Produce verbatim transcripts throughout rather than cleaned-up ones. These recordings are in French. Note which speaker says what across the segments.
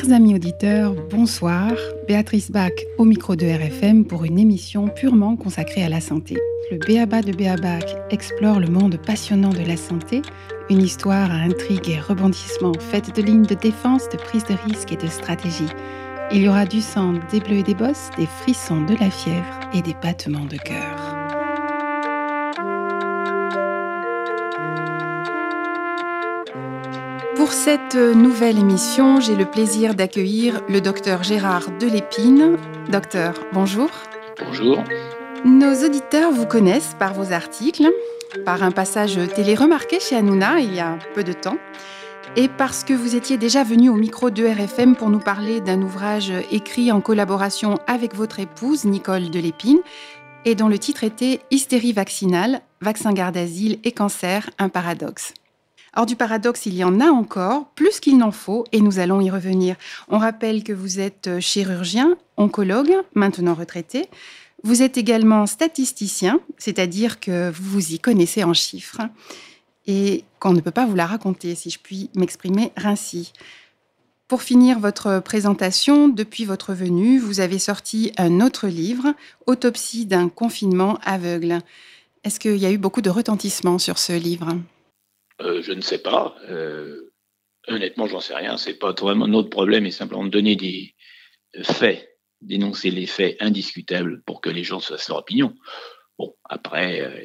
Speaker 1: Chers amis auditeurs, bonsoir. Béatrice Bach au micro de R F M pour une émission purement consacrée à la santé. Le B A B A de Béabac explore le monde passionnant de la santé, une histoire à intrigue et rebondissements faite de lignes de défense, de prise de risque et de stratégie. Il y aura du sang, des bleus et des bosses, des frissons, de la fièvre et des battements de cœur. Pour cette nouvelle émission, j'ai le plaisir d'accueillir le docteur Gérard Delépine. Docteur, bonjour.
Speaker 2: Bonjour.
Speaker 1: Nos auditeurs vous connaissent par vos articles, par un passage télé remarqué chez Hanouna il y a peu de temps, et parce que vous étiez déjà venu au micro de R F M pour nous parler d'un ouvrage écrit en collaboration avec votre épouse, Nicole Delépine, et dont le titre était « Hystérie vaccinale, vaccin garde-asile et cancer, un paradoxe ». Or, du paradoxe, il y en a encore, plus qu'il n'en faut, et nous allons y revenir. On rappelle que vous êtes chirurgien, oncologue, maintenant retraité. Vous êtes également statisticien, c'est-à-dire que vous vous y connaissez en chiffres, et qu'on ne peut pas vous la raconter, si je puis m'exprimer ainsi. Pour finir votre présentation, depuis votre venue, vous avez sorti un autre livre, « Autopsie d'un confinement aveugle ». Est-ce qu'il y a eu beaucoup de retentissement sur ce livre ?
Speaker 2: Euh, je ne sais pas. Euh, honnêtement, j'en sais rien. C'est pas vraiment notre problème, et simplement de donner des faits, d'énoncer les faits indiscutables pour que les gens se fassent leur opinion. Bon, après, euh,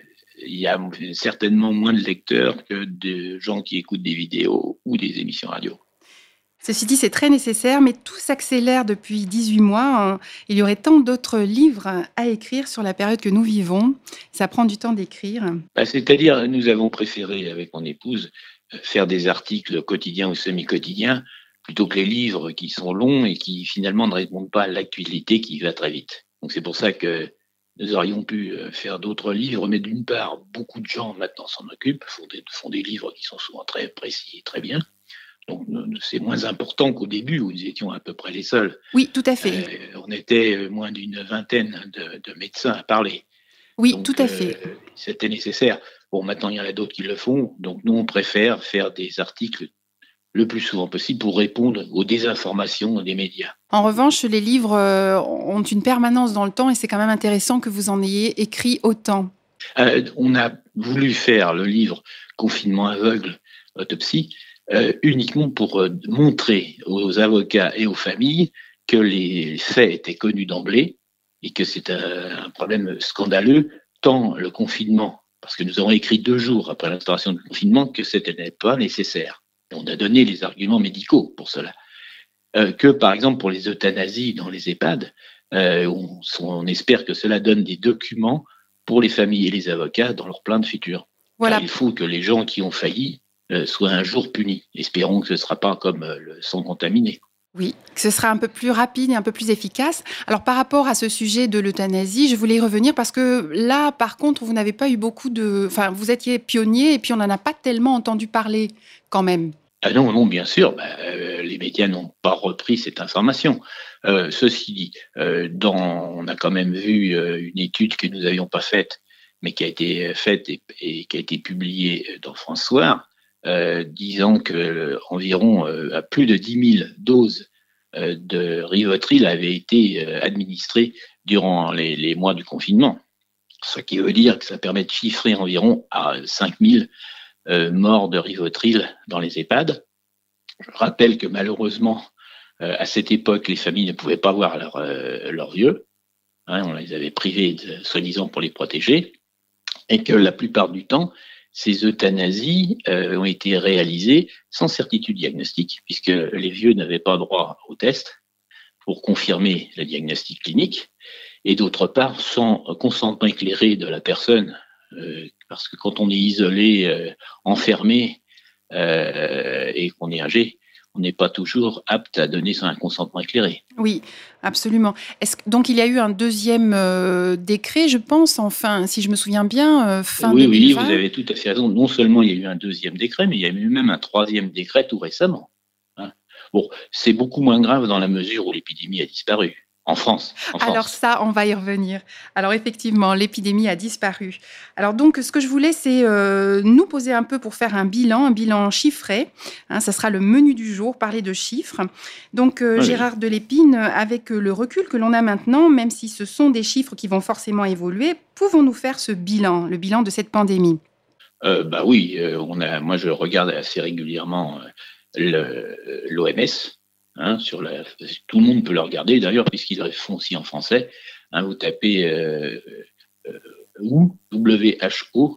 Speaker 2: il y a certainement moins de lecteurs que de gens qui écoutent des vidéos ou des émissions radio.
Speaker 1: Ceci dit, c'est très nécessaire, mais tout s'accélère depuis dix-huit mois. Il y aurait tant d'autres livres à écrire sur la période que nous vivons. Ça prend du temps d'écrire.
Speaker 2: Bah, c'est-à-dire, nous avons préféré, avec mon épouse, faire des articles quotidiens ou semi-quotidiens, plutôt que les livres qui sont longs et qui, finalement, ne répondent pas à l'actualité qui va très vite. Donc, c'est pour ça que nous aurions pu faire d'autres livres, mais d'une part, beaucoup de gens maintenant s'en occupent, font des, font des livres qui sont souvent très précis et très bien. Donc, c'est moins important qu'au début où nous étions à peu près les seuls.
Speaker 1: Oui, tout à fait.
Speaker 2: Euh, on était moins d'une vingtaine de, de médecins à parler.
Speaker 1: Oui,
Speaker 2: donc,
Speaker 1: tout à fait.
Speaker 2: Euh, c'était nécessaire. Bon, maintenant, il y en a d'autres qui le font. Donc, nous, on préfère faire des articles le plus souvent possible pour répondre aux désinformations des médias.
Speaker 1: En revanche, les livres euh, ont une permanence dans le temps et c'est quand même intéressant que vous en ayez écrit autant.
Speaker 2: Euh, on a voulu faire le livre « Confinement aveugle, autopsie ». Euh, uniquement pour euh, montrer aux avocats et aux familles que les faits étaient connus d'emblée et que c'est un, un problème scandaleux, tant le confinement, parce que nous avons écrit deux jours après l'instauration du confinement que ce n'était pas nécessaire. Et on a donné les arguments médicaux pour cela. Euh, que par exemple pour les euthanasies dans les EHPAD, euh, on, on espère que cela donne des documents pour les familles et les avocats dans leur plainte future. Voilà. Car il faut que les gens qui ont failli Euh, soit un jour puni. Espérons que ce ne sera pas comme euh, le sang contaminé.
Speaker 1: Oui, que ce sera un peu plus rapide et un peu plus efficace. Alors, par rapport à ce sujet de l'euthanasie, je voulais y revenir parce que là, par contre, vous n'avez pas eu beaucoup de... Enfin, vous étiez pionnier et puis on n'en a pas tellement entendu parler quand même.
Speaker 2: Ah non, non, bien sûr, bah, euh, les médias n'ont pas repris cette information. Euh, ceci dit, euh, dans, on a quand même vu euh, une étude que nous n'avions pas faite, mais qui a été faite et, et qui a été publiée dans France Soir, Euh, disant que euh, environ euh, plus de dix mille doses euh, de Rivotril avaient été euh, administrées durant les, les mois du confinement. Ce qui veut dire que ça permet de chiffrer environ à cinq mille euh, morts de Rivotril dans les EHPAD. Je rappelle que malheureusement, euh, à cette époque, les familles ne pouvaient pas voir leurs euh, leur vieux. Hein, on les avait privés, de, soi-disant, pour les protéger. Et que la plupart du temps, ces euthanasies euh, ont été réalisées sans certitude diagnostique, puisque les vieux n'avaient pas droit au test pour confirmer le diagnostic clinique, et d'autre part, sans consentement éclairé de la personne, euh, parce que quand on est isolé, euh, enfermé, euh, et qu'on est âgé, on n'est pas toujours apte à donner un consentement éclairé.
Speaker 1: Oui, absolument. Est-ce, donc, il y a eu un deuxième euh, décret, je pense, enfin, si je me souviens bien, euh, fin
Speaker 2: oui,
Speaker 1: deux mille vingt.
Speaker 2: Oui, vous avez tout à fait raison. Non seulement il y a eu un deuxième décret, mais il y a eu même un troisième décret tout récemment. Hein. Bon, c'est beaucoup moins grave dans la mesure où l'épidémie a disparu. En France, en France.
Speaker 1: Alors ça, on va y revenir. Alors effectivement, l'épidémie a disparu. Alors donc, ce que je voulais, c'est euh, nous poser un peu pour faire un bilan, un bilan chiffré. Hein, ça sera le menu du jour, parler de chiffres. Donc euh,
Speaker 2: Oui.
Speaker 1: Gérard Delépine, avec le recul que l'on a maintenant, même si ce sont des chiffres qui vont forcément évoluer, pouvons-nous faire ce bilan, le bilan de cette pandémie ?
Speaker 2: euh, Bah oui, euh, on a, moi je regarde assez régulièrement euh, l'O M S. Hein, sur la, tout le monde peut le regarder d'ailleurs puisqu'ils le font aussi en français. Hein, vous tapez euh, euh, W H O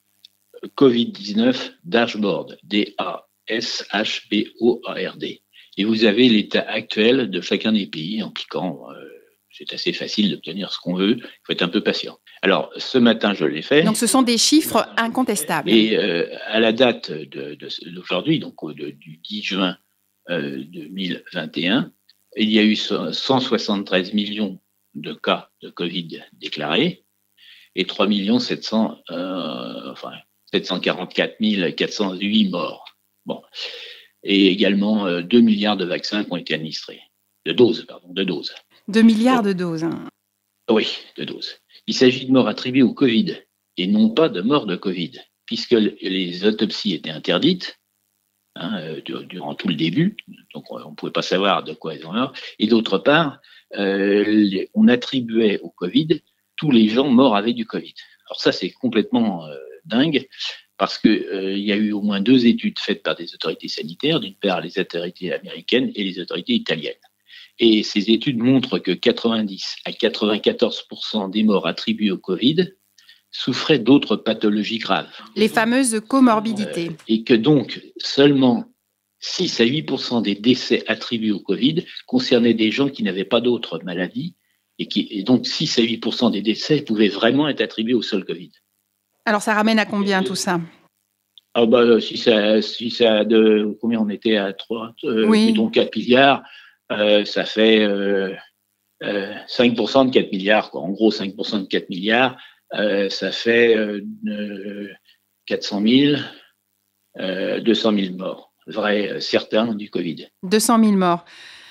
Speaker 2: covid dix-neuf dashboard, D A S H B O A R D, et vous avez l'état actuel de chacun des pays en cliquant. Euh, c'est assez facile d'obtenir ce qu'on veut. Il faut être un peu patient. Alors ce matin je l'ai fait.
Speaker 1: Donc ce sont des chiffres incontestables.
Speaker 2: Et euh, à la date de, de, d'aujourd'hui, donc de, du dix juin deux mille vingt et un, il y a eu cent soixante-treize millions de cas de Covid déclarés et trois millions sept cents, euh, enfin, sept cent quarante-quatre mille quatre cent huit morts. Bon. Et également euh, deux milliards de vaccins qui ont été administrés. De doses, pardon, de doses.
Speaker 1: deux milliards de doses. Hein.
Speaker 2: Oui, de doses. Il s'agit de morts attribuées au Covid et non pas de morts de Covid, puisque les autopsies étaient interdites. Hein, euh, durant tout le début, donc on ne pouvait pas savoir de quoi ils ont mort. Et d'autre part, euh, les, on attribuait au Covid tous les gens morts avec du Covid. Alors ça, c'est complètement euh, dingue, parce qu'il euh, y a eu au moins deux études faites par des autorités sanitaires, d'une part les autorités américaines et les autorités italiennes. Et ces études montrent que quatre-vingt-dix à quatre-vingt-quatorze pour cent des morts attribués au Covid souffraient d'autres pathologies graves.
Speaker 1: Les fameuses comorbidités.
Speaker 2: Euh, et que donc, seulement six à huit pour cent des décès attribués au Covid concernaient des gens qui n'avaient pas d'autres maladies, et, qui, et donc six à huit pour cent des décès pouvaient vraiment être attribués au seul Covid.
Speaker 1: Alors ça ramène à combien tout ça ?
Speaker 2: Ah bah, si ça, si ça de, combien on était à trois, euh,
Speaker 1: oui.
Speaker 2: donc quatre milliards, euh, ça fait euh, euh, cinq pour cent de quatre milliards, quoi. En gros cinq pour cent de quatre milliards. Euh, ça fait euh, quatre cent mille, euh, deux cent mille morts, vrais, euh, certains du Covid.
Speaker 1: deux cent mille morts.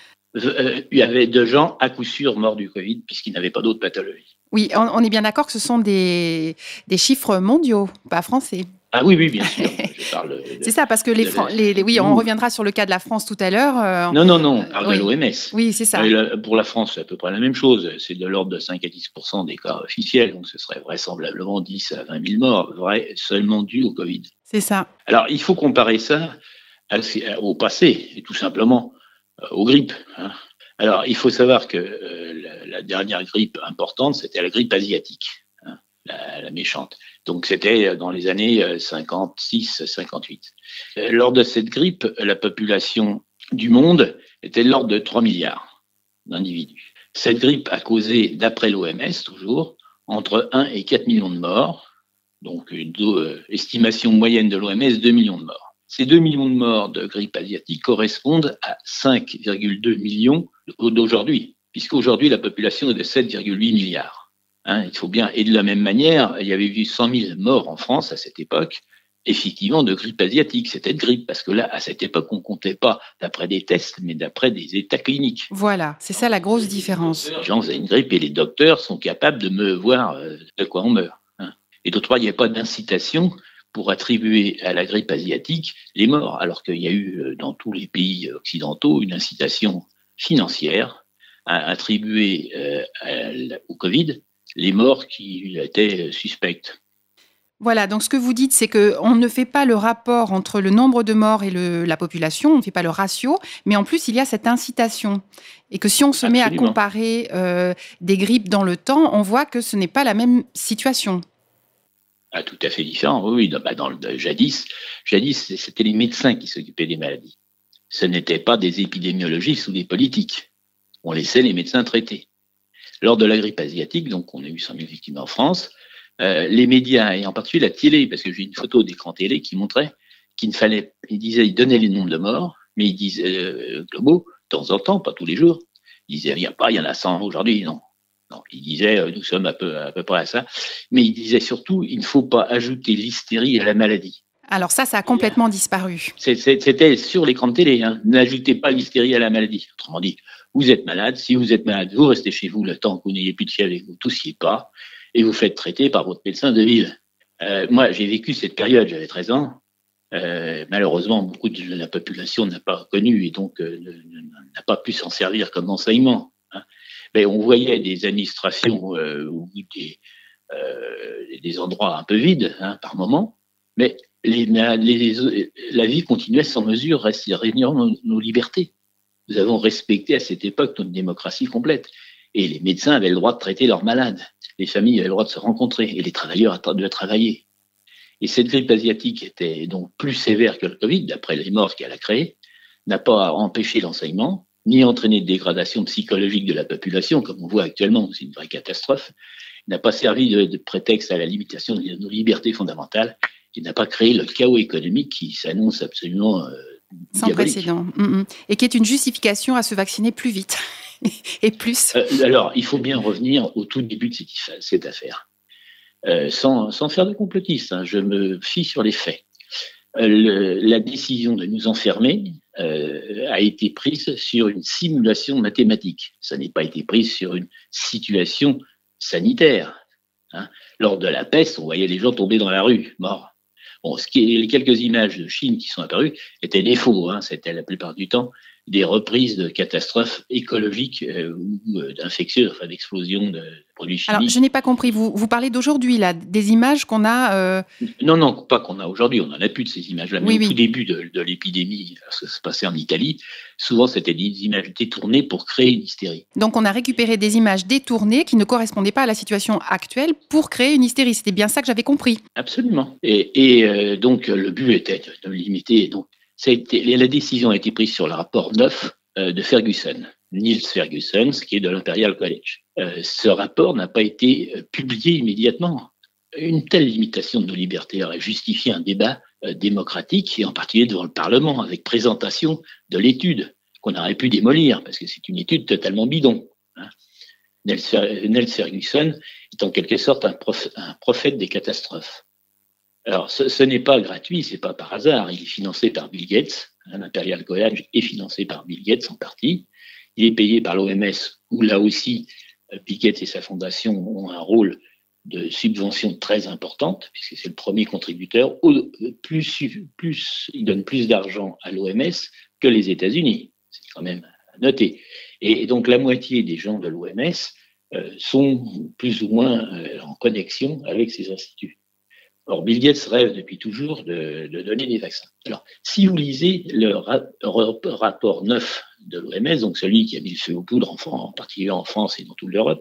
Speaker 2: Euh, il y avait deux gens à coup sûr morts du Covid puisqu'ils n'avaient pas d'autres pathologies.
Speaker 1: Oui, on, on est bien d'accord que ce sont des, des chiffres mondiaux, pas français.
Speaker 2: Ah oui, oui, bien sûr. Je parle de,
Speaker 1: c'est ça, parce que les, Fran- les, les oui, on reviendra sur le cas de la France tout à l'heure. Euh,
Speaker 2: non, non, non, on parle euh, oui. de l'O M S.
Speaker 1: Oui, c'est ça.
Speaker 2: La, pour la France, c'est à peu près la même chose. C'est de l'ordre de cinq à dix pour cent des cas officiels, donc ce serait vraisemblablement dix à vingt mille morts, vrai, seulement dus au Covid.
Speaker 1: C'est ça.
Speaker 2: Alors, il faut comparer ça à, au passé, et tout simplement euh, aux grippes. Hein. Alors, il faut savoir que euh, la, la dernière grippe importante, c'était la grippe asiatique. La, la méchante. Donc, c'était dans les années cinquante-six cinquante-huit. Lors de cette grippe, la population du monde était de l'ordre de trois milliards d'individus. Cette grippe a causé, d'après l'O M S toujours, entre un et quatre millions de morts. Donc, une euh, estimation moyenne de l'O M S, deux millions de morts. Ces deux millions de morts de grippe asiatique correspondent à cinq virgule deux millions d'aujourd'hui, puisqu'aujourd'hui, la population est de sept virgule huit milliards. Hein, il faut bien, et de la même manière, il y avait eu cent mille morts en France à cette époque, effectivement, de grippe asiatique. C'était de grippe, parce que là, à cette époque, on ne comptait pas d'après des tests, mais d'après des états cliniques.
Speaker 1: Voilà, c'est ça la grosse différence.
Speaker 2: Les gens ont une grippe et les docteurs sont capables de me voir euh, de quoi on meurt. Hein. Et d'autre part, il n'y a pas d'incitation pour attribuer à la grippe asiatique les morts, alors qu'il y a eu dans tous les pays occidentaux une incitation financière à attribuer euh, à, au Covid les morts qui étaient suspectes.
Speaker 1: Voilà, donc ce que vous dites, c'est qu'on ne fait pas le rapport entre le nombre de morts et le, la population, on ne fait pas le ratio, mais en plus, il y a cette incitation. Et que si on se Absolument. met à comparer euh, des grippes dans le temps, on voit que ce n'est pas la même situation.
Speaker 2: Ah, tout à fait différent, oui. Dans, bah, dans le, jadis, jadis, c'était les médecins qui s'occupaient des maladies. Ce n'étaient pas des épidémiologistes ou des politiques. On laissait les médecins traiter. Lors de la grippe asiatique, donc on a eu cent mille victimes en France, euh, les médias, et en particulier la télé, parce que j'ai une photo d'écran télé qui montrait qu'il ne fallait, il disait, il donnait les nombres de morts, mais il disait, euh, globaux, de temps en temps, pas tous les jours, il disait, il n'y a pas, il y en a cent aujourd'hui, non. Non, il disait, euh, nous sommes à peu, à peu près à ça, mais il disait surtout, il ne faut pas ajouter l'hystérie à la maladie.
Speaker 1: Alors ça, ça a complètement disparu.
Speaker 2: C'est, c'est, c'était sur l'écran de télé, hein. N'ajoutez pas l'hystérie à la maladie. Autrement dit, Vous êtes malade, si vous êtes malade, vous restez chez vous le temps que vous n'ayez plus de fièvre et que vous ne toussiez pas, et vous faites traiter par votre médecin de ville. Euh, moi, j'ai vécu cette période, j'avais treize ans. Euh, malheureusement, beaucoup de la population n'a pas connu et donc euh, n'a pas pu s'en servir comme enseignement. Hein. Mais on voyait des administrations euh, ou des, euh, des endroits un peu vides hein, par moment, mais les, les, la vie continuait sans mesure, réunissant nos, nos libertés. Nous avons respecté à cette époque notre démocratie complète. Et les médecins avaient le droit de traiter leurs malades. Les familles avaient le droit de se rencontrer et les travailleurs devaient travailler. Et cette grippe asiatique était donc plus sévère que le Covid, d'après les morts qu'elle a créées, n'a pas empêché l'enseignement, ni entraîné de dégradation psychologique de la population, comme on voit actuellement, c'est une vraie catastrophe, n'a pas servi de, de prétexte à la limitation de nos libertés fondamentales, et n'a pas créé le chaos économique qui s'annonce absolument euh,
Speaker 1: sans
Speaker 2: diabolique.
Speaker 1: précédent, mmh, et qui est une justification à se vacciner plus vite et plus.
Speaker 2: Euh, alors, il faut bien revenir au tout début de cette, cette affaire. Euh, sans, sans faire de complotiste, hein, je me fie sur les faits. Euh, le, la décision de nous enfermer euh, a été prise sur une simulation mathématique. Ça n'a pas été prise sur une situation sanitaire. Hein. Lors de la peste, on voyait les gens tomber dans la rue, morts. Bon, ce qui est, les quelques images de Chine qui sont apparues étaient des faux. Hein, c'était la plupart du temps des reprises de catastrophes écologiques euh, ou euh, d'infections, enfin d'explosions de produits chimiques.
Speaker 1: Alors, je n'ai pas compris. Vous, vous parlez d'aujourd'hui, là, des images qu'on a... Euh...
Speaker 2: Non, non, pas qu'on a aujourd'hui. On n'en a plus de ces images-là. Mais
Speaker 1: oui,
Speaker 2: au
Speaker 1: oui.
Speaker 2: tout début de, de l'épidémie, ça se passait en Italie, souvent c'était des images détournées pour créer une hystérie.
Speaker 1: Donc, on a récupéré des images détournées qui ne correspondaient pas à la situation actuelle pour créer une hystérie. C'était bien ça que j'avais compris.
Speaker 2: Absolument. Et, et euh, donc, le but était de limiter... Donc, ça a été, la décision a été prise sur le rapport neuf euh, de Ferguson, Niels Ferguson, qui est de l'Imperial College. Euh, ce rapport n'a pas été euh, publié immédiatement. Une telle limitation de nos libertés aurait justifié un débat euh, démocratique, et en particulier devant le Parlement, avec présentation de l'étude qu'on aurait pu démolir, parce que c'est une étude totalement bidon. Hein. Niels Ferguson est en quelque sorte un, prof, un prophète des catastrophes. Alors, ce, ce n'est pas gratuit, c'est pas par hasard. Il est financé par Bill Gates. Hein, L'Imperial College est financé par Bill Gates en partie. Il est payé par l'O M S, où là aussi, Bill Gates et sa fondation ont un rôle de subvention très importante, puisque c'est le premier contributeur. Au, plus, plus, il donne plus d'argent à l'O M S que les États-Unis. C'est quand même à noter. Et, et donc, la moitié des gens de l'O M S euh, sont plus ou moins euh, en connexion avec ces instituts. Or, Bill Gates rêve depuis toujours de, de donner des vaccins. Alors, si vous lisez le ra- rapport neuf de l'O M S, donc celui qui a mis le feu aux poudres, en, en particulier en France et dans toute l'Europe,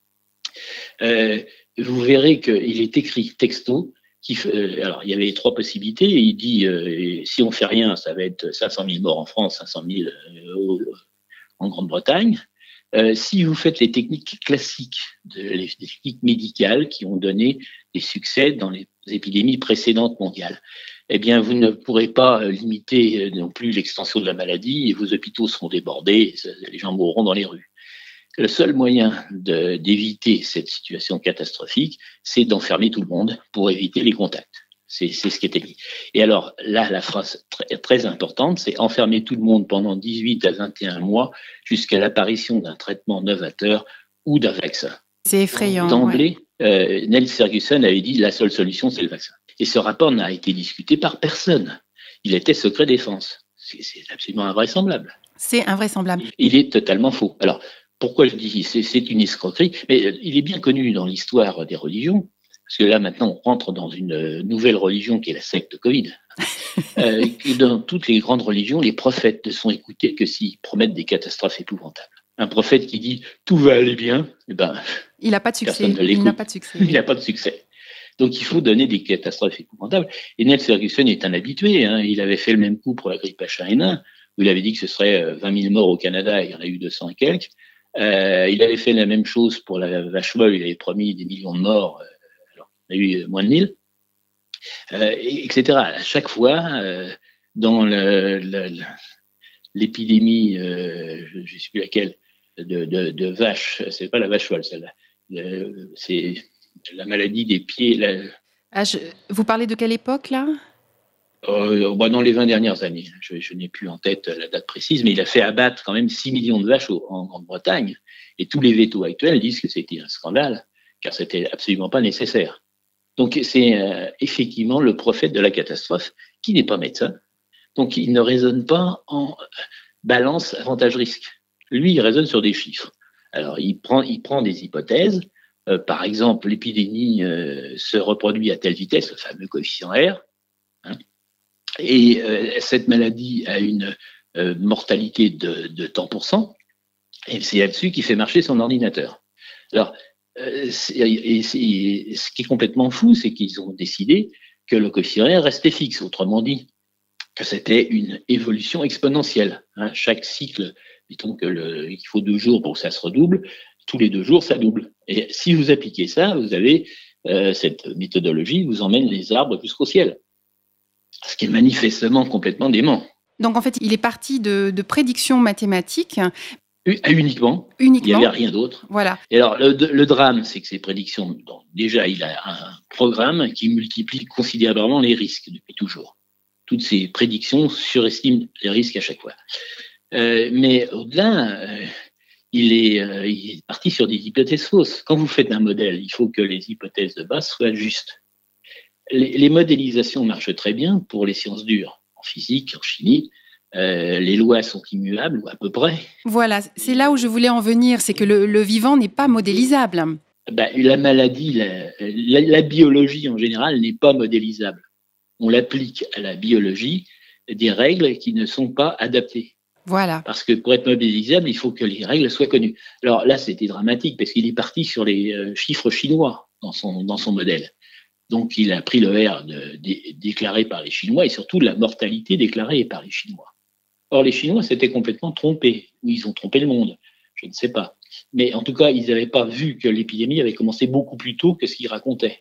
Speaker 2: euh, vous verrez qu'il est écrit texto. Qui, euh, alors, il y avait trois possibilités. Il dit euh, si on fait rien, ça va être cinq cent mille morts en France, cinq cent mille euh, en Grande-Bretagne. Euh, si vous faites les techniques classiques, de, les techniques médicales qui ont donné des succès dans les épidémies précédentes mondiales, eh bien, vous ne pourrez pas limiter non plus l'extension de la maladie et vos hôpitaux seront débordés, les gens mourront dans les rues. Le seul moyen de, d'éviter cette situation catastrophique, c'est d'enfermer tout le monde pour éviter les contacts. C'est, c'est ce qui était dit. Et alors, là, la phrase très, très importante, c'est enfermer tout le monde pendant dix-huit à vingt et un mois jusqu'à l'apparition d'un traitement novateur ou d'un vaccin.
Speaker 1: C'est effrayant.
Speaker 2: D'emblée,
Speaker 1: ouais.
Speaker 2: euh, Niels Ferguson avait dit la seule solution, c'est le vaccin. Et ce rapport n'a été discuté par personne. Il était secret défense. C'est, c'est absolument invraisemblable.
Speaker 1: C'est invraisemblable.
Speaker 2: Il est totalement faux. Alors, pourquoi je dis c'est, c'est une escroquerie? Mais il est bien connu dans l'histoire des religions. Parce que là, maintenant, on rentre dans une nouvelle religion qui est la secte Covid. euh, dans toutes les grandes religions, les prophètes ne sont écoutés que s'ils promettent des catastrophes épouvantables. Un prophète qui dit « tout va aller bien », eh ben,
Speaker 1: il n'a pas de succès. Il n'a pas de succès.
Speaker 2: Il n'a pas de succès. Donc, il faut donner des catastrophes épouvantables. Et Niels Ferguson est un habitué. Hein. Il avait fait le même coup pour la grippe H un N un, où il avait dit que ce serait vingt mille morts au Canada, et il y en a eu deux cents et quelques. Euh, il avait fait la même chose pour la vache folle, il avait promis des millions de morts. Il y a eu moins de mille, euh, et cetera. À chaque fois, euh, dans le, le, l'épidémie, euh, je ne sais plus laquelle, de, de, de vache, c'est pas la vache folle, celle-là, le, c'est la maladie des pieds. La...
Speaker 1: Ah, je... Vous parlez de quelle époque, là?
Speaker 2: euh, bah, Dans les vingt dernières années. Je, je n'ai plus en tête la date précise, mais il a fait abattre quand même six millions de vaches au, en Grande-Bretagne. Et tous les vétos actuels disent que c'était un scandale, car c'était absolument pas nécessaire. Donc c'est euh, effectivement le prophète de la catastrophe qui n'est pas médecin. Donc il ne raisonne pas en balance avantage-risque. Lui, il raisonne sur des chiffres. Alors il prend, il prend des hypothèses. Euh, par exemple, l'épidémie euh, se reproduit à telle vitesse, le fameux coefficient R. Hein, et euh, cette maladie a une euh, mortalité de, de tant pour cent. Et c'est là-dessus qu'il fait marcher son ordinateur. Alors, euh, c'est, et c'est, ce qui est complètement fou, c'est qu'ils ont décidé que le coefficient R restait fixe. Autrement dit, que c'était une évolution exponentielle. Hein. Chaque cycle, mettons que le, qu'il faut deux jours pour que ça se redouble, tous les deux jours, ça double. Et si vous appliquez ça, vous avez euh, cette méthodologie vous emmène les arbres jusqu'au ciel. Ce qui est manifestement complètement dément.
Speaker 1: Donc en fait, il est parti de, de prédictions mathématiques.
Speaker 2: Uniquement.
Speaker 1: Uniquement.
Speaker 2: Il n'y avait rien d'autre.
Speaker 1: Voilà.
Speaker 2: Et alors, le, le drame, c'est que ces prédictions, donc, déjà, il a un programme qui multiplie considérablement les risques depuis toujours. Toutes ces prédictions surestiment les risques à chaque fois. Euh, mais au-delà, euh, il, est, euh, il est parti sur des hypothèses fausses. Quand vous faites un modèle, il faut que les hypothèses de base soient justes. Les, les modélisations marchent très bien pour les sciences dures, en physique, en chimie. Euh, les lois sont immuables, ou à peu près.
Speaker 1: Voilà, c'est là où je voulais en venir, c'est que le, le vivant n'est pas modélisable.
Speaker 2: Ben, la maladie, la, la, la biologie en général n'est pas modélisable. On l'applique à la biologie des règles qui ne sont pas adaptées.
Speaker 1: Voilà.
Speaker 2: Parce que pour être modélisable, il faut que les règles soient connues. Alors là, c'était dramatique parce qu'il est parti sur les euh, chiffres chinois dans son, dans son modèle. Donc, il a pris le R de, de, déclaré par les Chinois et surtout la mortalité déclarée par les Chinois. Or, les Chinois s'étaient complètement trompés, ou ils ont trompé le monde, je ne sais pas. Mais en tout cas, ils n'avaient pas vu que l'épidémie avait commencé beaucoup plus tôt que ce qu'ils racontaient.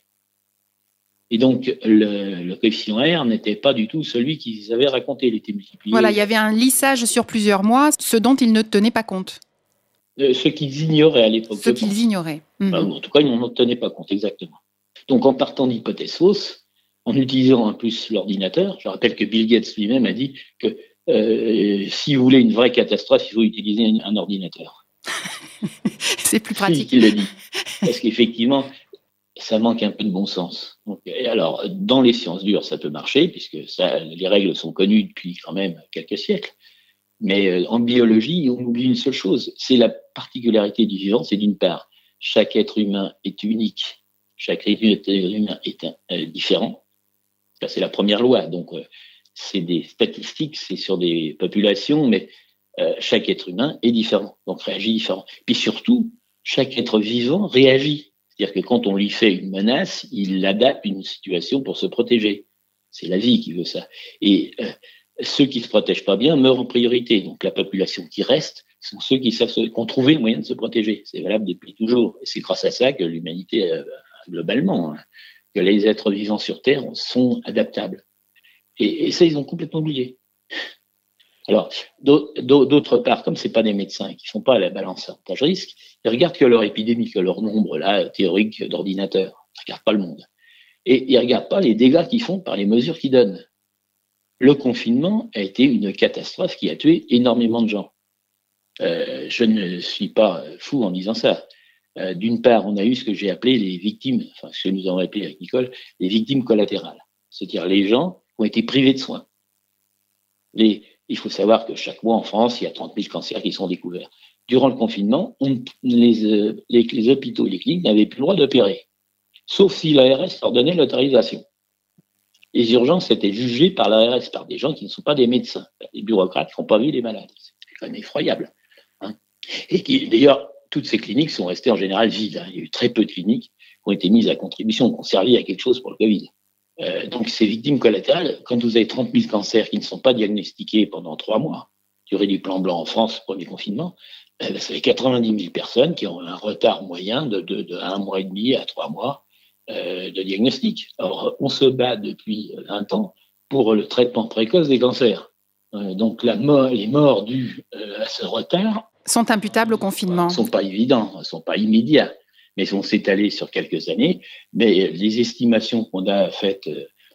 Speaker 2: Et donc, le, le coefficient R n'était pas du tout celui qu'ils avaient raconté, il était multiplié.
Speaker 1: Voilà, il y avait un lissage sur plusieurs mois, ce dont ils ne tenaient pas compte.
Speaker 2: Euh, ce qu'ils ignoraient à l'époque.
Speaker 1: Ce qu'ils ignoraient.
Speaker 2: Mmh. Enfin, en tout cas, ils n'en tenaient pas compte, exactement. Donc, en partant d'hypothèses fausses, en utilisant en plus l'ordinateur, je rappelle que Bill Gates lui-même a dit que euh, si vous voulez une vraie catastrophe, il faut utiliser un, un ordinateur.
Speaker 1: C'est plus pratique.
Speaker 2: Il le dit. Parce qu'effectivement, ça manque un peu de bon sens. Donc, et alors, dans les sciences dures, ça peut marcher, puisque ça, les règles sont connues depuis quand même quelques siècles. Mais euh, en biologie, on oublie une seule chose. C'est la particularité du vivant, c'est d'une part, chaque être humain est unique. Chaque être humain est un, euh, différent. Ça, c'est la première loi. Donc, euh, c'est des statistiques, c'est sur des populations, mais euh, chaque être humain est différent, donc réagit différent. Puis surtout, chaque être vivant réagit. C'est-à-dire que quand on lui fait une menace, il adapte une situation pour se protéger. C'est la vie qui veut ça. Et euh, ceux qui ne se protègent pas bien meurent en priorité. Donc la population qui reste sont ceux qui savent se, qui ont trouvé le moyen de se protéger. C'est valable depuis toujours. Et c'est grâce à ça que l'humanité, euh, globalement, hein, que les êtres vivants sur Terre sont adaptables. Et, et ça, ils ont complètement oublié. Alors, d'autre part, comme ce n'est pas des médecins qui ne font pas la balance avantage-risque, ils regardent que leur épidémie, que leur nombre là, théorique d'ordinateur. Ils ne regardent pas le monde. Et ils ne regardent pas les dégâts qu'ils font par les mesures qu'ils donnent. Le confinement a été une catastrophe qui a tué énormément de gens. Euh, je ne suis pas fou en disant ça. Euh, D'une part, on a eu ce que j'ai appelé les victimes, enfin ce que nous avons appelé avec Nicole, les victimes collatérales. C'est-à-dire les gens qui ont été privés de soins. Les, il faut savoir que chaque mois en France, il y a trente mille cancers qui sont découverts. Durant le confinement, on, les, euh, les, les hôpitaux et les cliniques n'avaient plus le droit d'opérer, sauf si l'A R S leur donnait l'autorisation. Les urgences étaient jugées par l'A R S, par des gens qui ne sont pas des médecins, des bureaucrates qui n'ont pas vu les malades. C'est quand même effroyable. Hein. Et qui, d'ailleurs, toutes ces cliniques sont restées en général vides. Hein. Il y a eu très peu de cliniques qui ont été mises à contribution, qui ont servi à quelque chose pour le Covid. Euh, donc, ces victimes collatérales, quand vous avez trente mille cancers qui ne sont pas diagnostiqués pendant trois mois, durée du plan blanc en France, premier confinement, euh, ça fait quatre-vingt-dix mille personnes qui ont un retard moyen de, de, de un mois et demi à trois mois euh, de diagnostic. Alors, on se bat depuis un temps pour le traitement précoce des cancers. Euh, donc, la mort, les morts dues euh, à ce retard
Speaker 1: sont imputables au confinement.
Speaker 2: Ne sont pas évidents, ne sont pas immédiats, mais vont s'étaler sur quelques années. Mais les estimations qu'on a faites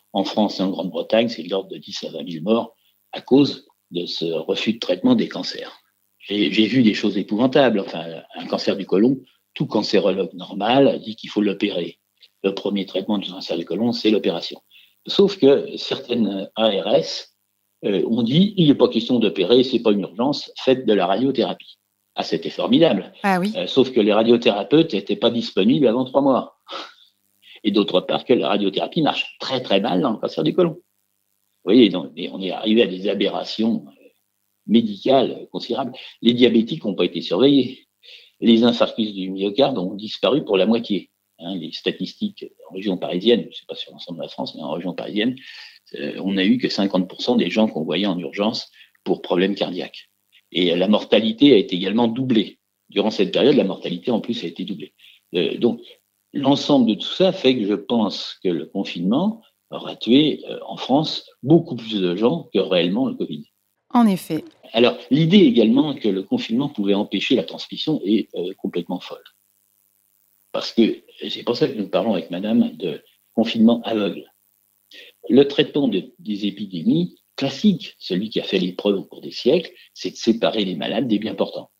Speaker 2: En France et en Grande-Bretagne, c'est de l'ordre de dix à vingt mille morts à cause de ce refus de traitement des cancers. J'ai, j'ai vu des choses épouvantables. Enfin, un cancer du côlon, tout cancérologue normal dit qu'il faut l'opérer. Le premier traitement du cancer du côlon, c'est l'opération. Sauf que certaines A R S euh, ont dit il n'est pas question d'opérer, c'est pas une urgence, faites de la radiothérapie. Ah, c'était formidable.
Speaker 1: Ah oui.
Speaker 2: Euh, sauf que les radiothérapeutes n'étaient pas disponibles avant trois mois. Et d'autre part, que la radiothérapie marche très très mal dans le cancer du côlon. Vous voyez, donc, on est arrivé à des aberrations médicales considérables. Les diabétiques n'ont pas été surveillés. Les infarctus du myocarde ont disparu pour la moitié. Hein, les statistiques en région parisienne, je ne sais pas sur l'ensemble de la France, mais en région parisienne, euh, on n'a eu que cinquante pour cent des gens qu'on voyait en urgence pour problèmes cardiaques. Et la mortalité a été également doublée. Durant cette période, la mortalité en plus a été doublée. Euh, donc, l'ensemble de tout ça fait que je pense que le confinement aura tué euh, en France beaucoup plus de gens que réellement le Covid.
Speaker 1: En effet.
Speaker 2: Alors, l'idée également que le confinement pouvait empêcher la transmission est euh, complètement folle. Parce que c'est pour ça que nous parlons avec madame de confinement aveugle. Le traitement de, des épidémies classique, celui qui a fait les preuves au cours des siècles, c'est de séparer les malades des bien portants.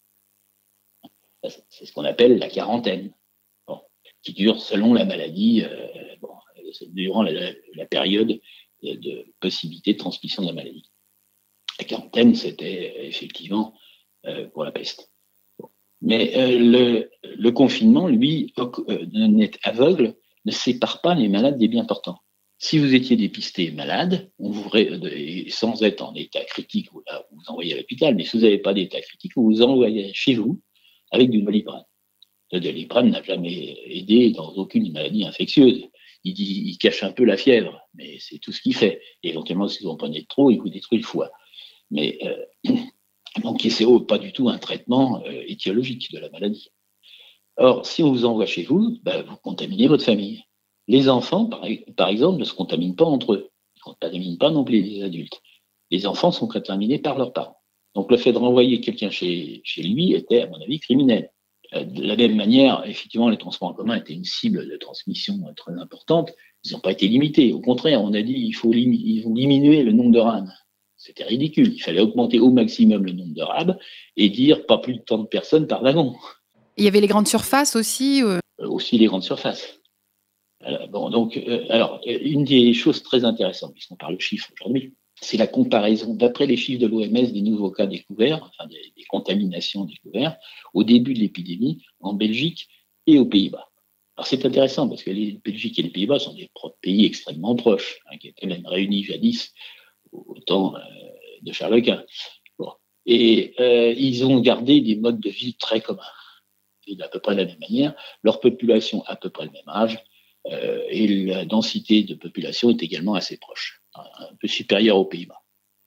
Speaker 2: C'est ce qu'on appelle la quarantaine, bon, qui dure selon la maladie, euh, bon, durant la, la période de, de possibilité de transmission de la maladie. La quarantaine, c'était effectivement euh, pour la peste. Bon. Mais euh, le, le confinement, lui, euh, aveugle, ne sépare pas les malades des bien portants. Si vous étiez dépisté malade, on vous, sans être en état critique, vous vous envoyez à l'hôpital, mais si vous n'avez pas d'état critique, vous vous envoyez chez vous avec du Doliprane. Le Doliprane n'a jamais aidé dans aucune maladie infectieuse. Il, dit, il cache un peu la fièvre, mais c'est tout ce qu'il fait. Et éventuellement, si vous en prenez trop, il vous détruit le foie. Mais euh, donc, c'est pas du tout un traitement euh, étiologique de la maladie. Or, si on vous envoie chez vous, ben, vous contaminez votre famille. Les enfants, par, par exemple, ne se contaminent pas entre eux. Ils ne contaminent pas non plus les adultes. Les enfants sont contaminés par leurs parents. Donc, le fait de renvoyer quelqu'un chez, chez lui était, à mon avis, criminel. Euh, de la même manière, effectivement, les transports en commun étaient une cible de transmission très importante. Ils n'ont pas été limités. Au contraire, on a dit qu'il faut, lim- il faut diminuer le nombre de rames. C'était ridicule. Il fallait augmenter au maximum le nombre de rames et dire pas plus de tant de personnes par wagon.
Speaker 1: Il y avait les grandes surfaces aussi. Euh...
Speaker 2: Euh, aussi les grandes surfaces. Alors, bon, donc, euh, alors, une des choses très intéressantes, puisqu'on parle de chiffres aujourd'hui, c'est la comparaison, d'après les chiffres de l'O M S, des nouveaux cas découverts, enfin des, des contaminations découvertes, au début de l'épidémie, en Belgique et aux Pays-Bas. Alors c'est intéressant, parce que les Belgique et les Pays-Bas sont des pays extrêmement proches, hein, qui étaient même réunis jadis au temps euh, de Charles Quint. Bon. Et euh, ils ont gardé des modes de vie très communs. Et d'à peu près de la même manière, leur population a à peu près le même âge, Euh, et la densité de population est également assez proche, un peu supérieure aux Pays-Bas.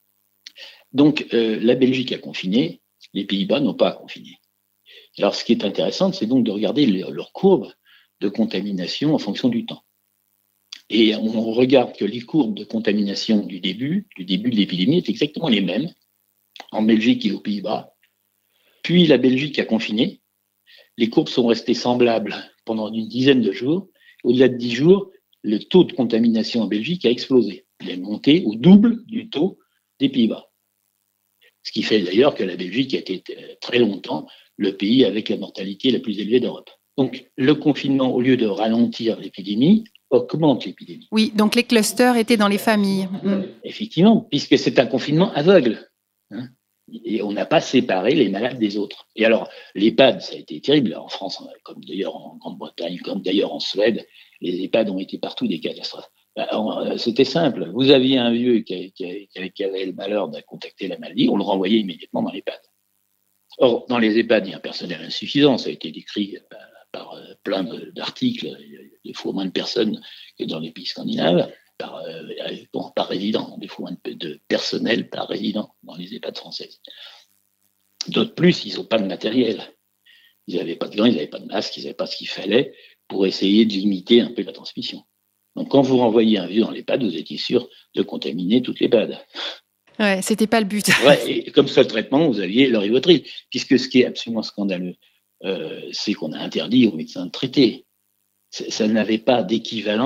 Speaker 2: Donc, euh, la Belgique a confiné, les Pays-Bas n'ont pas confiné. Alors, ce qui est intéressant, c'est donc de regarder leur, leur courbe de contamination en fonction du temps. Et on regarde que les courbes de contamination du début, du début de l'épidémie, est exactement les mêmes en Belgique et aux Pays-Bas. Puis la Belgique a confiné, les courbes sont restées semblables pendant une dizaine de jours. Au-delà de dix jours, le taux de contamination en Belgique a explosé. Il est monté au double du taux des Pays-Bas. Ce qui fait d'ailleurs que la Belgique a été très longtemps le pays avec la mortalité la plus élevée d'Europe. Donc le confinement, au lieu de ralentir l'épidémie, augmente l'épidémie.
Speaker 1: Oui, donc les clusters étaient dans les familles. Mmh.
Speaker 2: Effectivement, puisque c'est un confinement aveugle. Hein, et on n'a pas séparé les malades des autres. Et alors, l'EHPAD, ça a été terrible. En France, comme d'ailleurs en Grande-Bretagne, comme d'ailleurs en Suède, les EHPAD ont été partout des catastrophes. C'était simple. Vous aviez un vieux qui, qui, qui avait le malheur de contacter la maladie, on le renvoyait immédiatement dans l'EHPAD. Or, dans les EHPAD, il y a un personnel insuffisant. Ça a été décrit par plein d'articles. Il y a deux fois moins de personnes que dans les pays scandinaves. Par, euh, bon, par résident, des fois de, de personnel par résident dans les EHPAD françaises. D'autres plus, ils n'ont pas de matériel. Ils n'avaient pas de gants, ils n'avaient pas de masque, ils n'avaient pas ce qu'il fallait pour essayer de limiter un peu la transmission. Donc quand vous renvoyez un vieux dans l'EHPAD, vous étiez sûr de contaminer toute l'EHPAD.
Speaker 1: Ouais, c'était pas le but.
Speaker 2: Ouais, et comme seul traitement, vous aviez le Rivotril, puisque ce qui est absolument scandaleux, euh, c'est qu'on a interdit aux médecins de traiter. Ça n'avait pas d'équivalent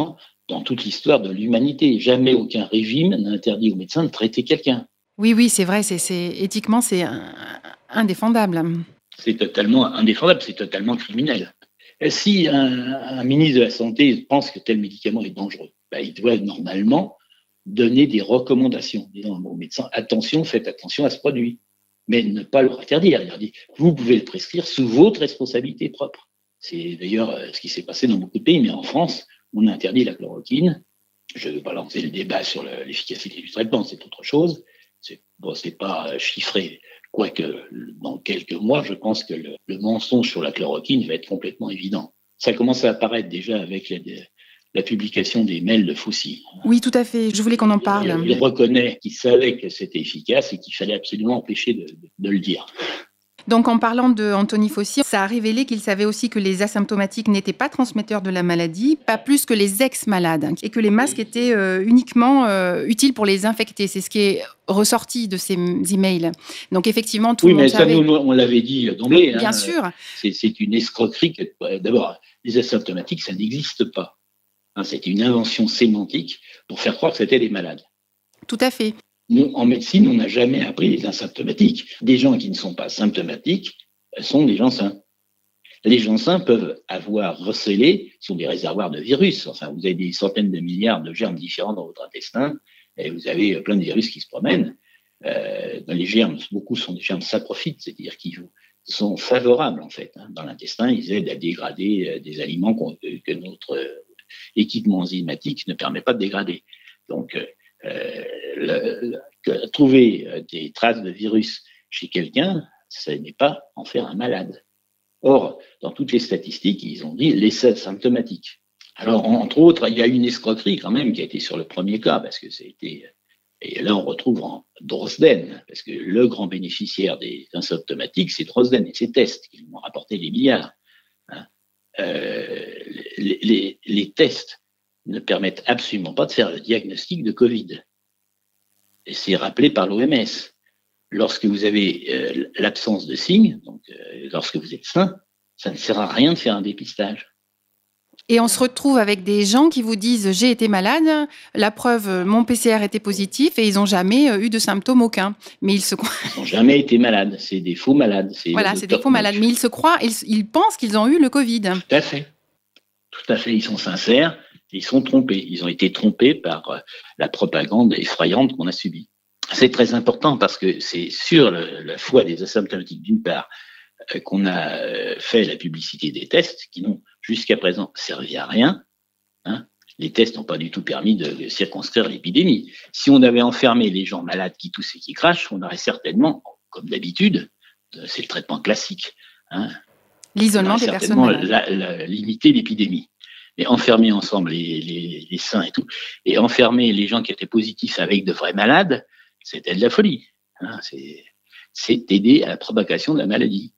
Speaker 2: dans toute l'histoire de l'humanité. Jamais aucun régime n'a interdit aux médecins de traiter quelqu'un.
Speaker 1: Oui, oui, c'est vrai, c'est, c'est, éthiquement, c'est un, indéfendable.
Speaker 2: C'est totalement indéfendable, c'est totalement criminel. Et si un, un ministre de la Santé pense que tel médicament est dangereux, ben, il doit normalement donner des recommandations, disant aux médecins, attention, faites attention à ce produit, mais ne pas le interdire. Il leur dit, vous pouvez le prescrire sous votre responsabilité propre. C'est d'ailleurs ce qui s'est passé dans beaucoup de pays, mais en France, on a interdit la chloroquine. Je ne vais pas lancer le débat sur le, l'efficacité du traitement, c'est autre chose. C'est, bon, c'est pas chiffré, quoique dans quelques mois, je pense que le, le mensonge sur la chloroquine va être complètement évident. Ça commence à apparaître déjà avec les, les, la publication des mails de Fauci.
Speaker 1: Oui, tout à fait. Je voulais qu'on en parle.
Speaker 2: Il, il reconnaît qu'il savait que c'était efficace et qu'il fallait absolument empêcher de, de, de le dire.
Speaker 1: Donc, en parlant de Anthony Fauci, ça a révélé qu'il savait aussi que les asymptomatiques n'étaient pas transmetteurs de la maladie, pas plus que les ex-malades, et que les masques étaient euh, uniquement euh, utiles pour les infecter. C'est ce qui est ressorti de ces emails. Donc, effectivement, tout
Speaker 2: oui,
Speaker 1: le monde savait.
Speaker 2: Oui, mais ça, nous, on l'avait dit d'emblée.
Speaker 1: Bien
Speaker 2: hein.
Speaker 1: sûr.
Speaker 2: C'est, c'est une escroquerie. Que, d'abord, les asymptomatiques, ça n'existe pas. Hein, c'était une invention sémantique pour faire croire que c'était des malades.
Speaker 1: Tout à fait.
Speaker 2: Nous, en médecine, on n'a jamais appris les asymptomatiques. Des gens qui ne sont pas symptomatiques sont des gens sains. Les gens sains peuvent avoir recelé, sont des réservoirs de virus. Enfin, vous avez des centaines de milliards de germes différents dans votre intestin et vous avez plein de virus qui se promènent. Euh, dans les germes, beaucoup sont des germes saprophytes, c'est-à-dire qui sont favorables, en fait. Hein. Dans l'intestin, ils aident à dégrader des aliments que notre équipement enzymatique ne permet pas de dégrader. Donc, Euh, le, le, trouver des traces de virus chez quelqu'un, ce n'est pas en faire un malade. Or, dans toutes les statistiques, ils ont dit les symptomatiques. Alors, entre autres, il y a une escroquerie quand même qui a été sur le premier cas, parce que ça a été... Et là, on retrouve en Drosden, parce que le grand bénéficiaire des asymptomatiques, c'est Drosden et ses tests qui lui ont rapporté des milliards. Hein. Euh, les, les, les tests ne permettent absolument pas de faire le diagnostic de Covid. Et c'est rappelé par l'O M S. Lorsque vous avez euh, l'absence de signes, donc euh, lorsque vous êtes sain, ça ne sert à rien de faire un dépistage.
Speaker 1: Et on se retrouve avec des gens qui vous disent « j'ai été malade, la preuve, mon P C R était positif » et ils n'ont jamais eu de symptômes aucun. Mais ils se
Speaker 2: Ils n'ont jamais été malades, c'est des faux malades. C'est
Speaker 1: voilà, c'est des faux malades, mais ils se croient, ils, ils pensent qu'ils ont eu le Covid.
Speaker 2: Tout à fait. Tout à fait, ils sont sincères. Ils sont trompés. Ils ont été trompés par la propagande effrayante qu'on a subie. C'est très important parce que c'est sur le, la foi des asymptomatiques, d'une part, euh, qu'on a euh, fait la publicité des tests qui n'ont jusqu'à présent servi à rien. Hein. Les tests n'ont pas du tout permis de, de circonscrire l'épidémie. Si on avait enfermé les gens malades qui toussent et qui crachent, on aurait certainement, comme d'habitude, c'est le traitement classique, hein,
Speaker 1: l'isolement des personnes malades.
Speaker 2: La, la, limiter l'épidémie. Et enfermer ensemble les, les, les sains et tout, et enfermer les gens qui étaient positifs avec de vrais malades, c'était de la folie. Hein, c'est, c'est aider à la propagation de la maladie.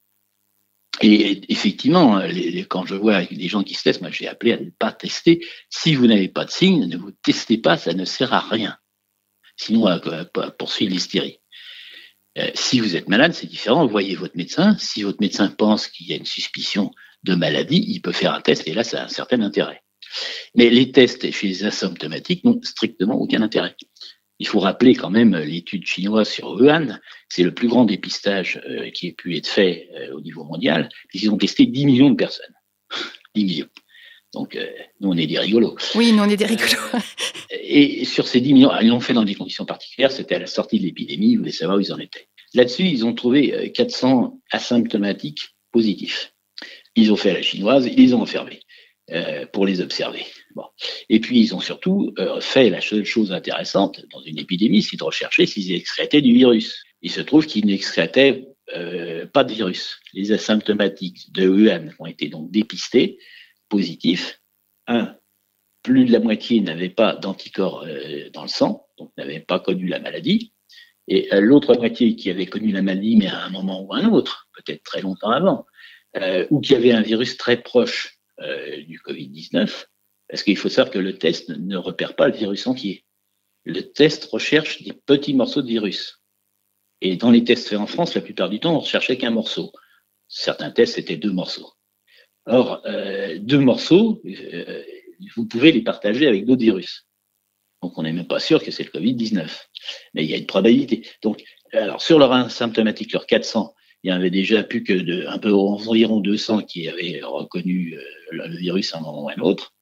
Speaker 2: Et effectivement, les, les, quand je vois des gens qui se testent, moi j'ai appelé à ne pas tester. Si vous n'avez pas de signes, ne vous testez pas, ça ne sert à rien. Sinon, à, à poursuivre l'hystérie. Euh, si vous êtes malade, c'est différent. Vous voyez votre médecin. Si votre médecin pense qu'il y a une suspicion de maladie, il peut faire un test et là, ça a un certain intérêt. Mais les tests chez les asymptomatiques n'ont strictement aucun intérêt. Il faut rappeler quand même l'étude chinoise sur Wuhan, c'est le plus grand dépistage euh, qui ait pu être fait euh, au niveau mondial, puisqu'ils ont testé dix millions de personnes. dix millions. Donc, euh, nous, on est des rigolos.
Speaker 1: Oui, nous, on est des rigolos.
Speaker 2: Euh, et sur ces dix millions, ils l'ont fait dans des conditions particulières, c'était à la sortie de l'épidémie, ils voulaient savoir où ils en étaient. Là-dessus, ils ont trouvé quatre cents asymptomatiques positifs. Ils ont fait à la chinoise, ils les ont enfermés euh, pour les observer. Bon. Et puis, ils ont surtout euh, fait la seule chose intéressante dans une épidémie, c'est de rechercher s'ils excrétaient du virus. Il se trouve qu'ils n'excrétaient euh, pas de virus. Les asymptomatiques de Wuhan ont été donc dépistés, positifs. Un, plus de la moitié n'avaient pas d'anticorps euh, dans le sang, donc n'avaient pas connu la maladie. Et euh, l'autre moitié qui avait connu la maladie, mais à un moment ou à un autre, peut-être très longtemps avant, Euh, ou qui avait un virus très proche euh, du covid dix-neuf, parce qu'il faut savoir que le test ne repère pas le virus entier. Le test recherche des petits morceaux de virus. Et dans les tests faits en France, la plupart du temps, on ne recherchait qu'un morceau. Certains tests, c'était deux morceaux. Or, euh, deux morceaux, euh, vous pouvez les partager avec d'autres virus. Donc, on n'est même pas sûr que c'est le covid dix-neuf. Mais il y a une probabilité. Donc, alors, sur leur asymptomatique, leur quatre cents, il y en avait déjà plus que de, un peu environ deux cents qui avaient reconnu euh, le virus à un moment ou à un autre.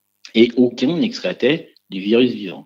Speaker 2: Et aucun n'excrétait du virus vivant.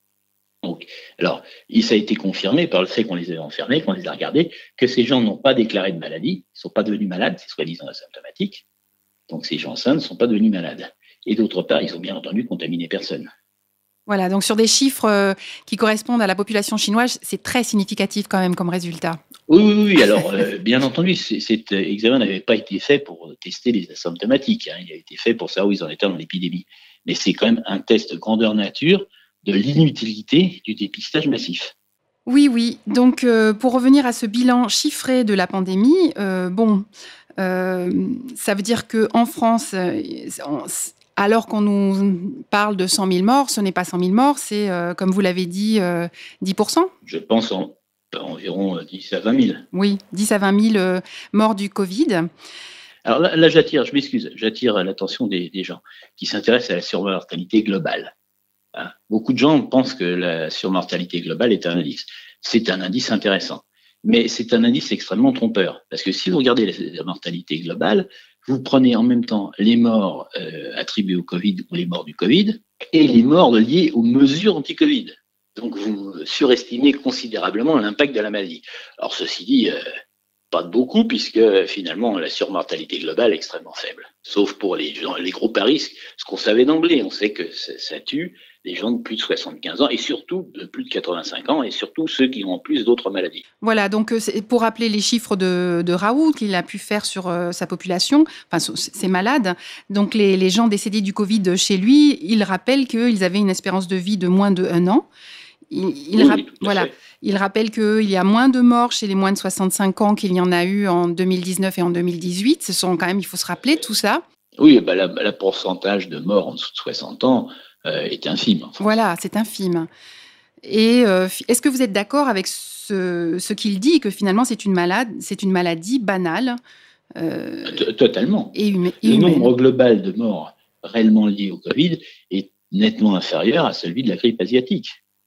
Speaker 2: Donc, alors, ça a été confirmé par le fait qu'on les avait enfermés, qu'on les a regardés, que ces gens n'ont pas déclaré de maladie, ils ne sont pas devenus malades, c'est soi-disant asymptomatique. Donc, ces gens sains ne sont pas devenus malades. Et d'autre part, ils ont bien entendu contaminé personne.
Speaker 1: Voilà, donc sur des chiffres euh, qui correspondent à la population chinoise, c'est très significatif quand même comme résultat.
Speaker 2: Oui, oui, oui. Alors, euh, bien entendu, c- cet examen n'avait pas été fait pour tester les asymptomatiques. Hein. Il a été fait pour savoir où ils en étaient dans l'épidémie. Mais c'est quand même un test grandeur nature de l'inutilité du dépistage massif.
Speaker 1: Oui, oui. Donc, euh, pour revenir à ce bilan chiffré de la pandémie, euh, bon, euh, ça veut dire qu'en France, euh, on- alors qu'on nous parle de cent mille morts, ce n'est pas cent mille morts, c'est, euh, comme vous l'avez dit, euh, dix pour cent.
Speaker 2: Je pense en, environ dix à vingt mille.
Speaker 1: Oui, dix à vingt mille euh, morts du Covid.
Speaker 2: Alors là, là, j'attire, je m'excuse, j'attire l'attention des, des gens qui s'intéressent à la surmortalité globale. Hein. Beaucoup de gens pensent que la surmortalité globale est un indice. C'est un indice intéressant, mais c'est un indice extrêmement trompeur. Parce que si vous regardez la, la mortalité globale, vous prenez en même temps les morts euh, attribuées au Covid ou les morts du Covid et les morts liées aux mesures anti-Covid. Donc vous surestimez considérablement l'impact de la maladie. Alors ceci dit, euh, pas de beaucoup, puisque finalement la surmortalité globale est extrêmement faible. Sauf pour les, les groupes à risque, ce qu'on savait d'emblée, on sait que ça, ça tue les gens de plus de soixante-quinze ans et surtout de plus de quatre-vingt-cinq ans et surtout ceux qui ont en plus d'autres maladies.
Speaker 1: Voilà, donc euh, c'est pour rappeler les chiffres de, de Raoult qu'il a pu faire sur euh, sa population, enfin ses malades, donc les, les gens décédés du Covid chez lui, il rappelle qu'ils avaient une espérance de vie de moins de un an. Il, il,
Speaker 2: Oui,
Speaker 1: rap-
Speaker 2: oui, tout à
Speaker 1: voilà.
Speaker 2: fait.
Speaker 1: Il rappelle qu'il y a moins de morts chez les moins de soixante-cinq ans qu'il y en a eu en deux mille dix-neuf et en deux mille dix-huit. Ce sont quand même, il faut se rappeler tout ça.
Speaker 2: Oui, bah, la, la pourcentage de morts en dessous de soixante ans euh, est infime en France.
Speaker 1: Voilà, c'est infime. Et euh, est-ce que vous êtes d'accord avec ce, ce qu'il dit, que finalement c'est une, malade, c'est une maladie banale euh,
Speaker 2: T- Totalement.
Speaker 1: et, huma- et
Speaker 2: Le
Speaker 1: humaine?
Speaker 2: nombre global de morts réellement liés au Covid est nettement inférieur à celui de la grippe asiatique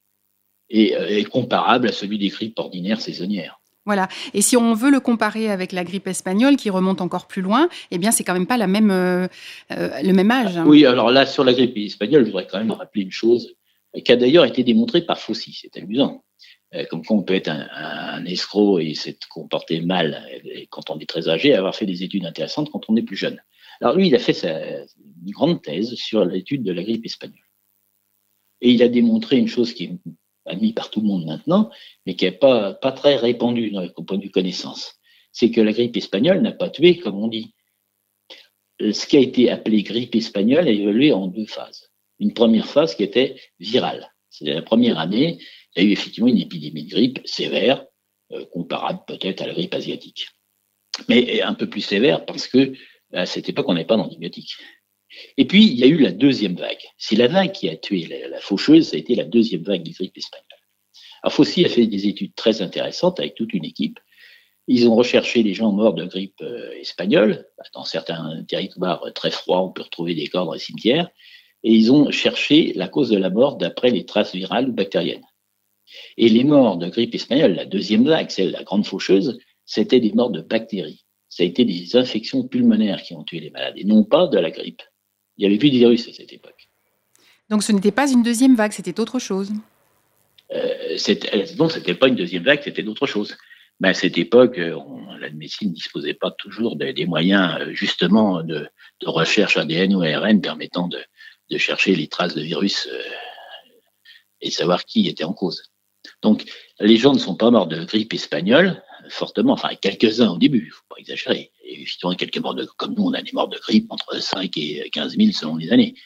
Speaker 2: et euh, est comparable à celui des grippes ordinaires saisonnières.
Speaker 1: Voilà. Et si on veut le comparer avec la grippe espagnole, qui remonte encore plus loin, eh bien, c'est quand même pas la même, euh, euh, le même âge.
Speaker 2: Oui, alors là, sur la grippe espagnole, je voudrais quand même rappeler une chose qui a d'ailleurs été démontrée par Fauci. C'est amusant. Euh, comme quoi on peut être un, un escroc et s'être comporté mal et quand on est très âgé, avoir fait des études intéressantes quand on est plus jeune. Alors lui, il a fait sa, une grande thèse sur l'étude de la grippe espagnole. Et il a démontré une chose qui est admise par tout le monde maintenant, mais qui n'est pas, pas très répandue dans le point de vue connaissance. C'est que la grippe espagnole n'a pas tué, comme on dit. Ce qui a été appelé grippe espagnole a évolué en deux phases. Une première phase qui était virale. C'est la première année, il y a eu effectivement une épidémie de grippe sévère, euh, comparable peut-être à la grippe asiatique. Mais un peu plus sévère parce que à cette époque, on n'avait pas d'antibiotiques. Et puis, il y a eu la deuxième vague. C'est la vague qui a tué la, la faucheuse, ça a été la deuxième vague de grippe espagnole. Alors, Fauci a fait des études très intéressantes avec toute une équipe. Ils ont recherché les gens morts de grippe euh, espagnole. Dans certains territoires très froids, on peut retrouver des corps dans les cimetières. Et ils ont cherché la cause de la mort d'après les traces virales ou bactériennes. Et les morts de grippe espagnole, la deuxième vague, celle de la grande faucheuse, c'était des morts de bactéries. Ça a été des infections pulmonaires qui ont tué les malades, et non pas de la grippe. Il n'y avait plus de virus à cette époque.
Speaker 1: Donc ce n'était pas une deuxième vague, c'était autre chose.
Speaker 2: Euh, c'était, non, ce n'était pas une deuxième vague, c'était d'autre chose. Mais à cette époque, on, la médecine ne disposait pas toujours de, des moyens, justement, de, de recherche A D N ou A R N permettant de, de chercher les traces de virus euh, et savoir qui était en cause. Donc, les gens ne sont pas morts de grippe espagnole, fortement, enfin, quelques-uns au début, il ne faut pas exagérer. Et effectivement, quelques morts de, comme nous, on a des morts de grippe entre cinq et quinze mille selon les années.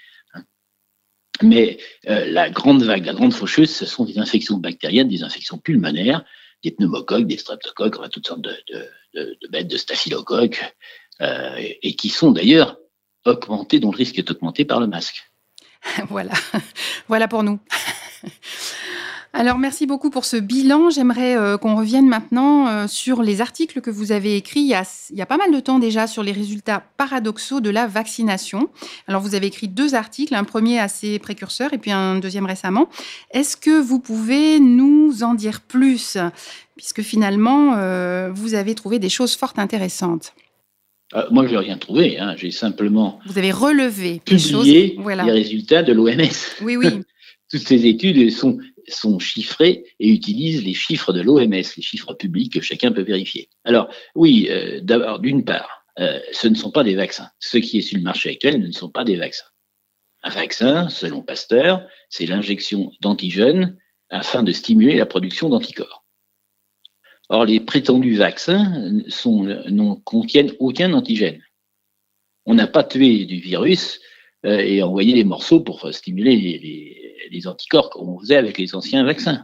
Speaker 2: Mais euh, la grande vague, la grande faucheuse, ce sont des infections bactériennes, des infections pulmonaires, des pneumocoques, des streptocoques, enfin, toutes sortes de, de, de, de bêtes, de staphylocoques, euh, et, et qui sont d'ailleurs augmentées, dont le risque est augmenté par le masque.
Speaker 1: Voilà, voilà pour nous. Alors, merci beaucoup pour ce bilan. J'aimerais euh, qu'on revienne maintenant euh, sur les articles que vous avez écrits il y, a, il y a pas mal de temps déjà sur les résultats paradoxaux de la vaccination. Alors, vous avez écrit deux articles, un premier assez précurseur et puis un deuxième récemment. Est-ce que vous pouvez nous en dire plus, puisque finalement, euh, vous avez trouvé des choses fort intéressantes?
Speaker 2: Euh, moi, je n'ai rien trouvé. Hein. J'ai simplement
Speaker 1: Vous avez relevé des choses.
Speaker 2: publié
Speaker 1: Voilà.
Speaker 2: les résultats de l'O M S.
Speaker 1: Oui, oui.
Speaker 2: Toutes ces études sont, sont chiffrées et utilisent les chiffres de l'O M S, les chiffres publics que chacun peut vérifier. Alors, oui, euh, d'abord, d'une part, euh, ce ne sont pas des vaccins. Ce qui est sur le marché actuel ne sont pas des vaccins. Un vaccin, selon Pasteur, c'est l'injection d'antigènes afin de stimuler la production d'anticorps. Or, les prétendus vaccins sont, non, contiennent aucun antigène. On n'a pas tué du virus euh, et envoyé des morceaux pour stimuler les, les, les anticorps comme on faisait avec les anciens vaccins.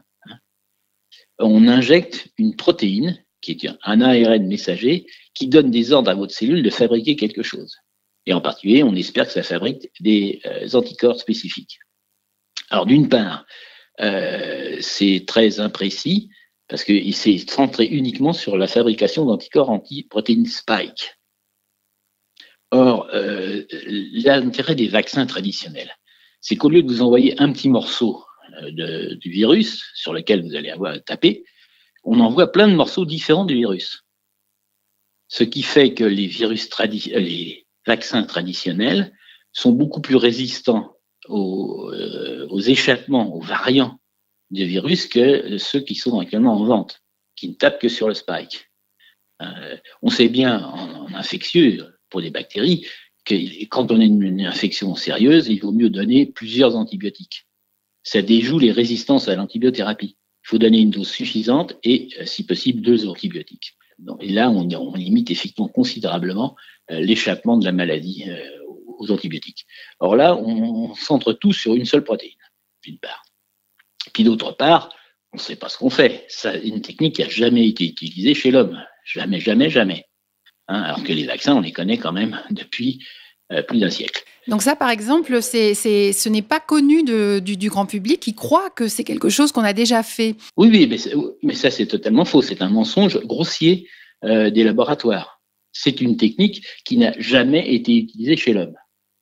Speaker 2: On injecte une protéine, qui est un A R N messager, qui donne des ordres à votre cellule de fabriquer quelque chose. Et en particulier, on espère que ça fabrique des euh, anticorps spécifiques. Alors, d'une part, euh, c'est très imprécis, parce qu'il s'est centré uniquement sur la fabrication d'anticorps anti-protéines spike. Or, euh, l'intérêt des vaccins traditionnels, c'est qu'au lieu de vous envoyer un petit morceau de, du virus sur lequel vous allez avoir tapé, on envoie plein de morceaux différents du virus. Ce qui fait que les, virus tradi- les vaccins traditionnels sont beaucoup plus résistants aux, euh, aux échappements, aux variants de virus que ceux qui sont actuellement en vente, qui ne tapent que sur le spike. Euh, on sait bien en, en infectieux, pour les bactéries, que quand on a une, une infection sérieuse, il vaut mieux donner plusieurs antibiotiques. Ça déjoue les résistances à l'antibiothérapie. Il faut donner une dose suffisante et, si possible, deux antibiotiques. Donc, et là, on, on limite effectivement considérablement euh, l'échappement de la maladie euh, aux antibiotiques. Or là, on, on centre tout sur une seule protéine, d'une part. Puis d'autre part, on ne sait pas ce qu'on fait. C'est une technique qui n'a jamais été utilisée chez l'homme. Jamais, jamais, jamais. Hein, alors que les vaccins, on les connaît quand même depuis euh, plus d'un siècle.
Speaker 1: Donc ça, par exemple, c'est, c'est, ce n'est pas connu de, du, du grand public qui croit que c'est quelque chose qu'on a déjà fait.
Speaker 2: Oui, oui, mais, mais ça, c'est totalement faux. C'est un mensonge grossier euh, des laboratoires. C'est une technique qui n'a jamais été utilisée chez l'homme.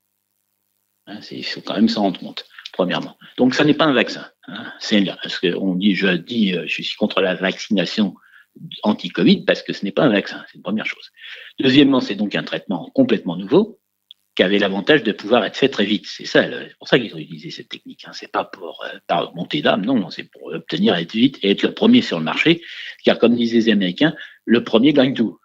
Speaker 2: Hein, c'est, il faut quand même s'en rendre compte, premièrement. Donc, ça n'est pas un vaccin. Hein, c'est là, parce qu'on dit, je dis, je suis contre la vaccination anti-Covid parce que ce n'est pas un vaccin, c'est une première chose. Deuxièmement, c'est donc un traitement complètement nouveau qui avait l'avantage de pouvoir être fait très vite. C'est ça, c'est pour ça qu'ils ont utilisé cette technique. Hein. C'est pas pour euh, par montée d'âme, non, non, c'est pour obtenir être vite et être le premier sur le marché, car comme disaient les Américains, le premier gagne tout.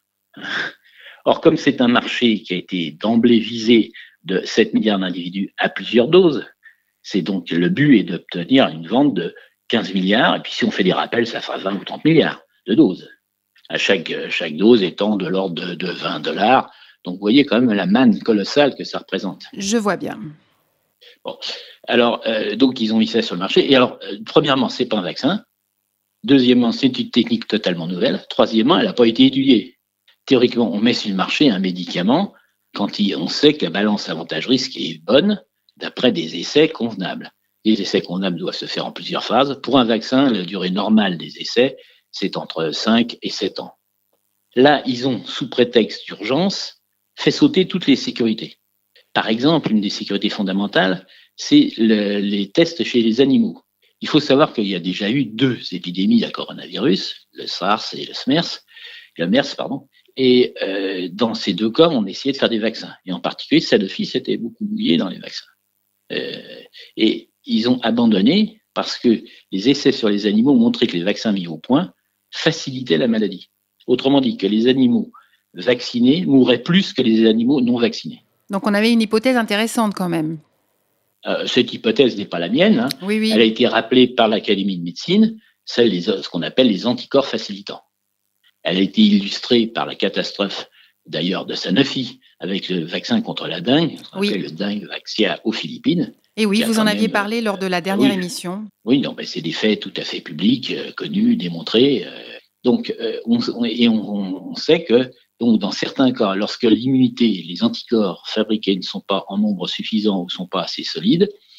Speaker 2: Or, comme c'est un marché qui a été d'emblée visé de sept milliards d'individus à plusieurs doses, c'est donc le but est d'obtenir une vente de quinze milliards, et puis si on fait des rappels, ça fera vingt ou trente milliards de doses, à chaque, chaque dose étant de l'ordre de, de vingt dollars. Donc, vous voyez quand même la manne colossale que ça représente.
Speaker 1: Je vois bien.
Speaker 2: Bon, alors, euh, donc, ils ont mis ça sur le marché. Et alors, euh, premièrement, c'est pas un vaccin. Deuxièmement, c'est une technique totalement nouvelle. Troisièmement, elle n'a pas été étudiée. Théoriquement, on met sur le marché un médicament quand il, on sait que la balance avantage-risque est bonne, d'après des essais convenables. Les essais convenables doivent se faire en plusieurs phases. Pour un vaccin, la durée normale des essais, c'est entre cinq et sept ans. Là, ils ont, sous prétexte d'urgence, fait sauter toutes les sécurités. Par exemple, une des sécurités fondamentales, c'est le, les tests chez les animaux. Il faut savoir qu'il y a déjà eu deux épidémies de coronavirus, le SARS et le SMERS, le MERS, pardon. Et euh, dans ces deux cas, on essayait de faire des vaccins. Et en particulier, Sanofi s'était beaucoup mouillé dans les vaccins. Euh, et ils ont abandonné parce que les essais sur les animaux ont montré que les vaccins mis au point facilitaient la maladie. Autrement dit, que les animaux vaccinés mourraient plus que les animaux non vaccinés.
Speaker 1: Donc on avait une hypothèse intéressante quand même.
Speaker 2: Euh, cette hypothèse n'est pas la mienne. Hein.
Speaker 1: Oui, oui.
Speaker 2: Elle a été rappelée par l'Académie de médecine, celle des, ce qu'on appelle les anticorps facilitants. Elle a été illustrée par la catastrophe d'ailleurs de Sanofi avec le vaccin contre la dengue, ce qu'on
Speaker 1: oui.
Speaker 2: appelle le dengue vaxia aux Philippines.
Speaker 1: Et oui, vous en aviez
Speaker 2: même,
Speaker 1: parlé lors de la dernière
Speaker 2: oui,
Speaker 1: émission.
Speaker 2: Oui, non, ben c'est des faits tout à fait publics, euh, connus, démontrés. Euh, donc, euh, on, on, et on, on sait que donc, dans certains cas, lorsque l'immunité, les anticorps fabriqués ne sont pas en nombre suffisant ou ne sont pas assez solides,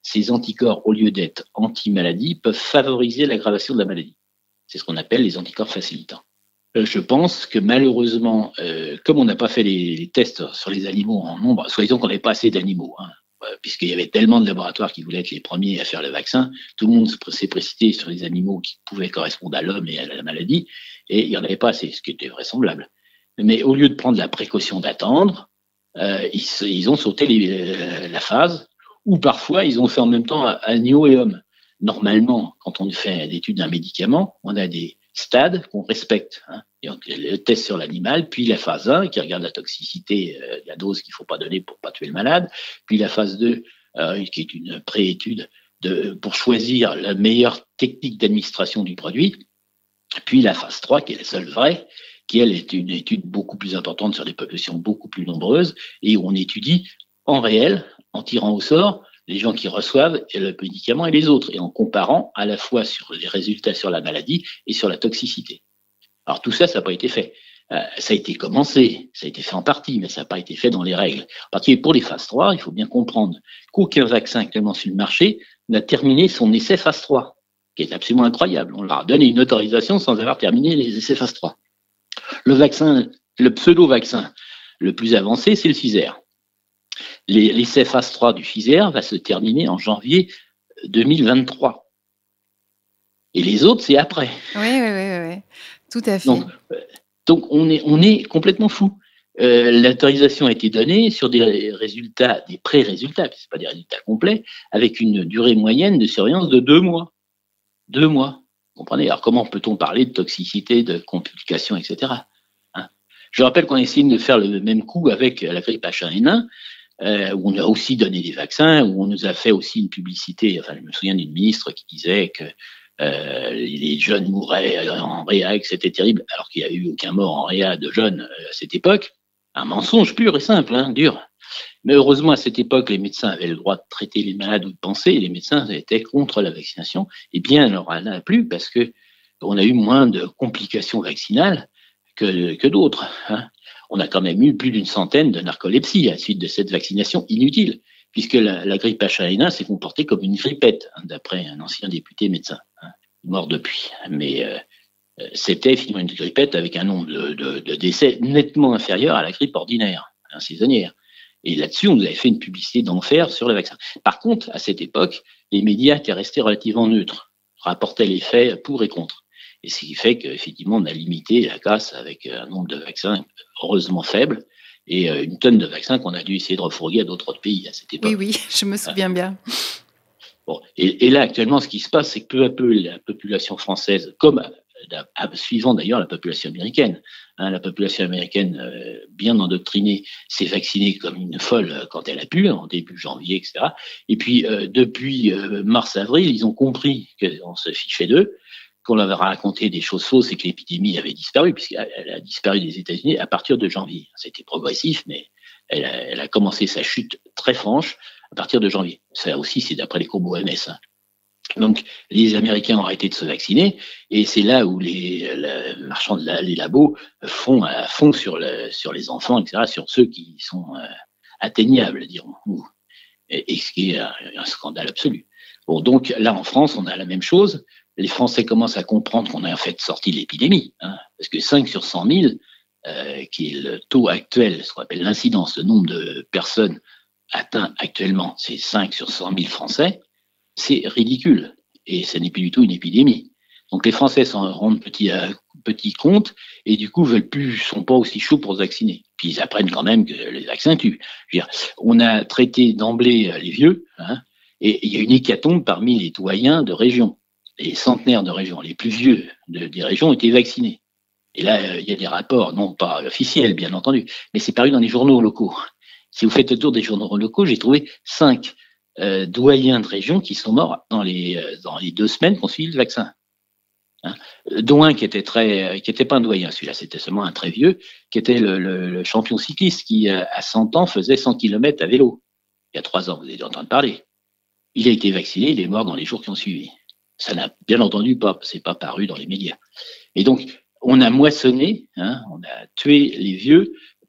Speaker 2: ces anticorps, au lieu d'être anti-maladie, peuvent favoriser l'aggravation de la maladie. C'est ce qu'on appelle les anticorps facilitants. Euh, je pense que malheureusement, euh, comme on n'a pas fait les, les tests sur les animaux en nombre, soi-disant qu'on n'avait pas assez d'animaux, hein, euh, puisqu'il y avait tellement de laboratoires qui voulaient être les premiers à faire le vaccin, tout le monde s'est précipité sur les animaux qui pouvaient correspondre à l'homme et à la maladie, et il n'y en avait pas assez, ce qui était vraisemblable. Mais au lieu de prendre la précaution d'attendre, euh, ils, ils ont sauté les, euh, la phase, ou parfois ils ont fait en même temps agneau et homme. Normalement, quand on fait l'étude d'un médicament, on a des stades qu'on respecte. Hein. Donc, le test sur l'animal, puis la phase un qui regarde la toxicité, euh, la dose qu'il ne faut pas donner pour ne pas tuer le malade, puis la phase deux euh, qui est une pré-étude de, pour choisir la meilleure technique d'administration du produit, puis la phase trois qui est la seule vraie, qui elle est une étude beaucoup plus importante sur des populations beaucoup plus nombreuses et où on étudie en réel, en tirant au sort, les gens qui reçoivent le médicament et les autres, et en comparant à la fois sur les résultats sur la maladie et sur la toxicité. Alors tout ça, ça n'a pas été fait. Euh, ça a été commencé, ça a été fait en partie, mais ça n'a pas été fait dans les règles. En particulier pour les phases trois, il faut bien comprendre qu'aucun vaccin actuellement sur le marché n'a terminé son essai phase trois, qui est absolument incroyable. On leur a donné une autorisation sans avoir terminé les essais phase trois. Le vaccin, le pseudo-vaccin le plus avancé, c'est le Pfizer. L'essai phase trois du Pfizer va se terminer en janvier deux mille vingt-trois. Et les autres, c'est après.
Speaker 1: Oui, oui, oui, oui. Tout à fait.
Speaker 2: Donc, euh, donc on, est, on est complètement fou. Euh, L'autorisation a été donnée sur des résultats, des pré-résultats, ce pas des résultats complets, avec une durée moyenne de surveillance de deux mois. Deux mois. Vous comprenez? Alors, comment peut-on parler de toxicité, de complications, et cetera. Hein? Je rappelle qu'on essaie de faire le même coup avec la grippe H un N un. Euh, où on a aussi donné des vaccins, où on nous a fait aussi une publicité. Enfin, je me souviens d'une ministre qui disait que euh, les jeunes mouraient en réa, que c'était terrible, alors qu'il n'y avait eu aucun mort en réa de jeunes à cette époque. Un mensonge pur et simple, hein, dur. Mais heureusement, à cette époque, les médecins avaient le droit de traiter les malades ou de penser, et les médecins étaient contre la vaccination. Et bien, alors, elle n'a plu parce que on a eu moins de complications vaccinales que, que d'autres. Hein. On a quand même eu plus d'une centaine de narcolepsies à la suite de cette vaccination inutile, puisque la, la grippe H un N un s'est comportée comme une grippette, hein, d'après un ancien député médecin, hein, mort depuis. Mais euh, c'était finalement une grippette avec un nombre de, de, de décès nettement inférieur à la grippe ordinaire, hein, saisonnière. Et là-dessus, on nous avait fait une publicité d'enfer sur le vaccin. Par contre, à cette époque, les médias étaient restés relativement neutres, rapportaient les faits pour et contre. Et ce qui fait qu'effectivement, on a limité la casse avec un nombre de vaccins heureusement faible et une tonne de vaccins qu'on a dû essayer de refourguer à d'autres pays à cette époque.
Speaker 1: Oui, oui, je me souviens bien.
Speaker 2: Bon, et, et là, actuellement, ce qui se passe, c'est que peu à peu, la population française, comme suivant d'ailleurs la population américaine, hein, la population américaine euh, bien endoctrinée s'est vaccinée comme une folle quand elle a pu, en début janvier, et cetera. Et puis, euh, depuis euh, mars-avril, ils ont compris qu'on se fichait d'eux, qu'on leur avait raconté des choses fausses et que l'épidémie avait disparu, puisqu'elle a disparu des États-Unis à partir de janvier. C'était progressif, mais elle a, elle a commencé sa chute très franche à partir de janvier. Ça aussi, c'est d'après les courbes O M S. Hein. Donc, les Américains ont arrêté de se vacciner, et c'est là où les, les marchands de la, les labos font à fond sur, le, sur les enfants, et cetera, sur ceux qui sont euh, atteignables, dirons-nous. Et, et ce qui est un, un scandale absolu. Bon, donc là, en France, on a la même chose. Les Français commencent à comprendre qu'on a en fait sorti de l'épidémie, hein, parce que cinq sur cent mille, euh, qui est le taux actuel, ce qu'on appelle l'incidence, le nombre de personnes atteintes actuellement, c'est cinq sur cent mille Français, c'est ridicule, et ce n'est plus du tout une épidémie. Donc les Français s'en rendent petit, à, petit compte, et du coup veulent plus, sont pas aussi chauds pour se vacciner. Puis ils apprennent quand même que les vaccins tuent. Je veux dire, on a traité d'emblée les vieux, hein, et il y a une hécatombe parmi les doyens de région. Les centenaires de régions, les plus vieux de, des régions étaient vaccinés. Et là, euh, il y a des rapports, non pas officiels, bien entendu, mais c'est paru dans les journaux locaux. Si vous faites le tour des journaux locaux, j'ai trouvé cinq euh, doyens de région qui sont morts dans les, euh, dans les deux semaines qu'on suivi le vaccin. Hein, dont un qui était très, qui était pas un doyen, celui-là, c'était seulement un très vieux, qui était le, le, le champion cycliste qui, euh, à cent ans, faisait cent kilomètres à vélo. Il y a trois ans, vous avez entendu parler. Il a été vacciné, il est mort dans les jours qui ont suivi. Ça n'a bien entendu pas, c'est pas paru dans les médias. Et donc, on a moissonné, hein, on a tué les vieux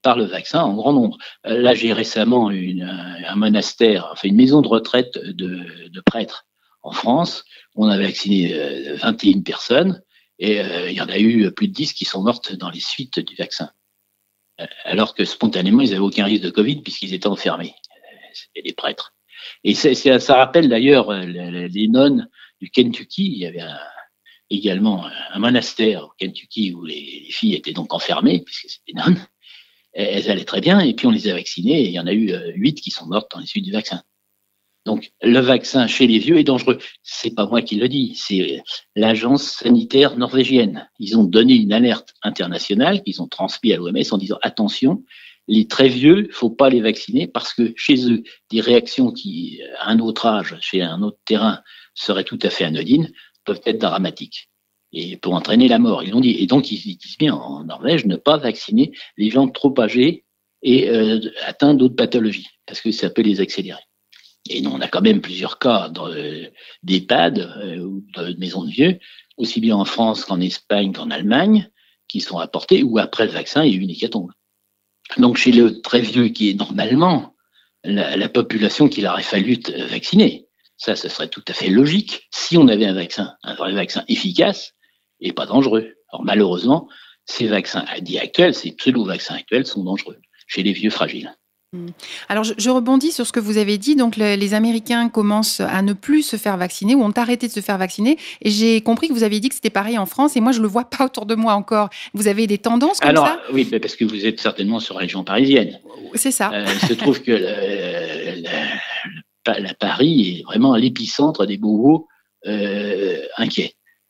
Speaker 2: par le vaccin en grand nombre. Euh, là, j'ai récemment une, un, un monastère, enfin une maison de retraite de, de prêtres en France. On a vacciné euh, vingt et une personnes et euh, il y en a eu plus de dix qui sont mortes dans les suites du vaccin. Euh, alors que spontanément, ils n'avaient aucun risque de Covid puisqu'ils étaient enfermés. C'était des prêtres. Et c'est, c'est, ça rappelle d'ailleurs les nonnes du Kentucky. Il y avait un, également un monastère au Kentucky où les, les filles étaient donc enfermées, puisque c'était nonnes. Elles allaient très bien, et puis on les a vaccinées, et il y en a eu huit qui sont mortes dans les suites du vaccin. Donc, le vaccin chez les vieux est dangereux. C'est pas moi qui le dis, c'est l'agence sanitaire norvégienne. Ils ont donné une alerte internationale qu'ils ont transmise à l'O M S en disant attention, les très vieux, faut pas les vacciner parce que chez eux, des réactions qui, à un autre âge, chez un autre terrain, seraient tout à fait anodines, peuvent être dramatiques et pour entraîner la mort. Ils l'ont dit. Et donc, ils disent bien en Norvège ne pas vacciner les gens trop âgés et euh, atteints d'autres pathologies parce que ça peut les accélérer. Et nous, on a quand même plusieurs cas dans, euh, d'EHPAD euh, ou de maisons de vieux, aussi bien en France qu'en Espagne qu'en Allemagne, qui sont apportés où après le vaccin, il y a eu une hécatombe. Donc, chez le très vieux, qui est normalement la, la population qu'il aurait fallu vacciner, ça, ce serait tout à fait logique si on avait un vaccin, un vrai vaccin efficace et pas dangereux. Alors, malheureusement, ces vaccins dits actuels, ces pseudo-vaccins actuels sont dangereux chez les vieux fragiles.
Speaker 1: Alors, je, je rebondis sur ce que vous avez dit. Donc, le, les Américains commencent à ne plus se faire vacciner ou ont arrêté de se faire vacciner. Et j'ai compris que vous aviez dit que c'était pareil en France. Et moi, je ne le vois pas autour de moi encore. Vous avez des tendances comme
Speaker 2: Alors,
Speaker 1: ça ?
Speaker 2: Alors, oui, parce que vous êtes certainement sur la région parisienne.
Speaker 1: C'est ça.
Speaker 2: Euh, il se trouve que le, le, la Paris est vraiment l'épicentre des bobos euh, inquiets.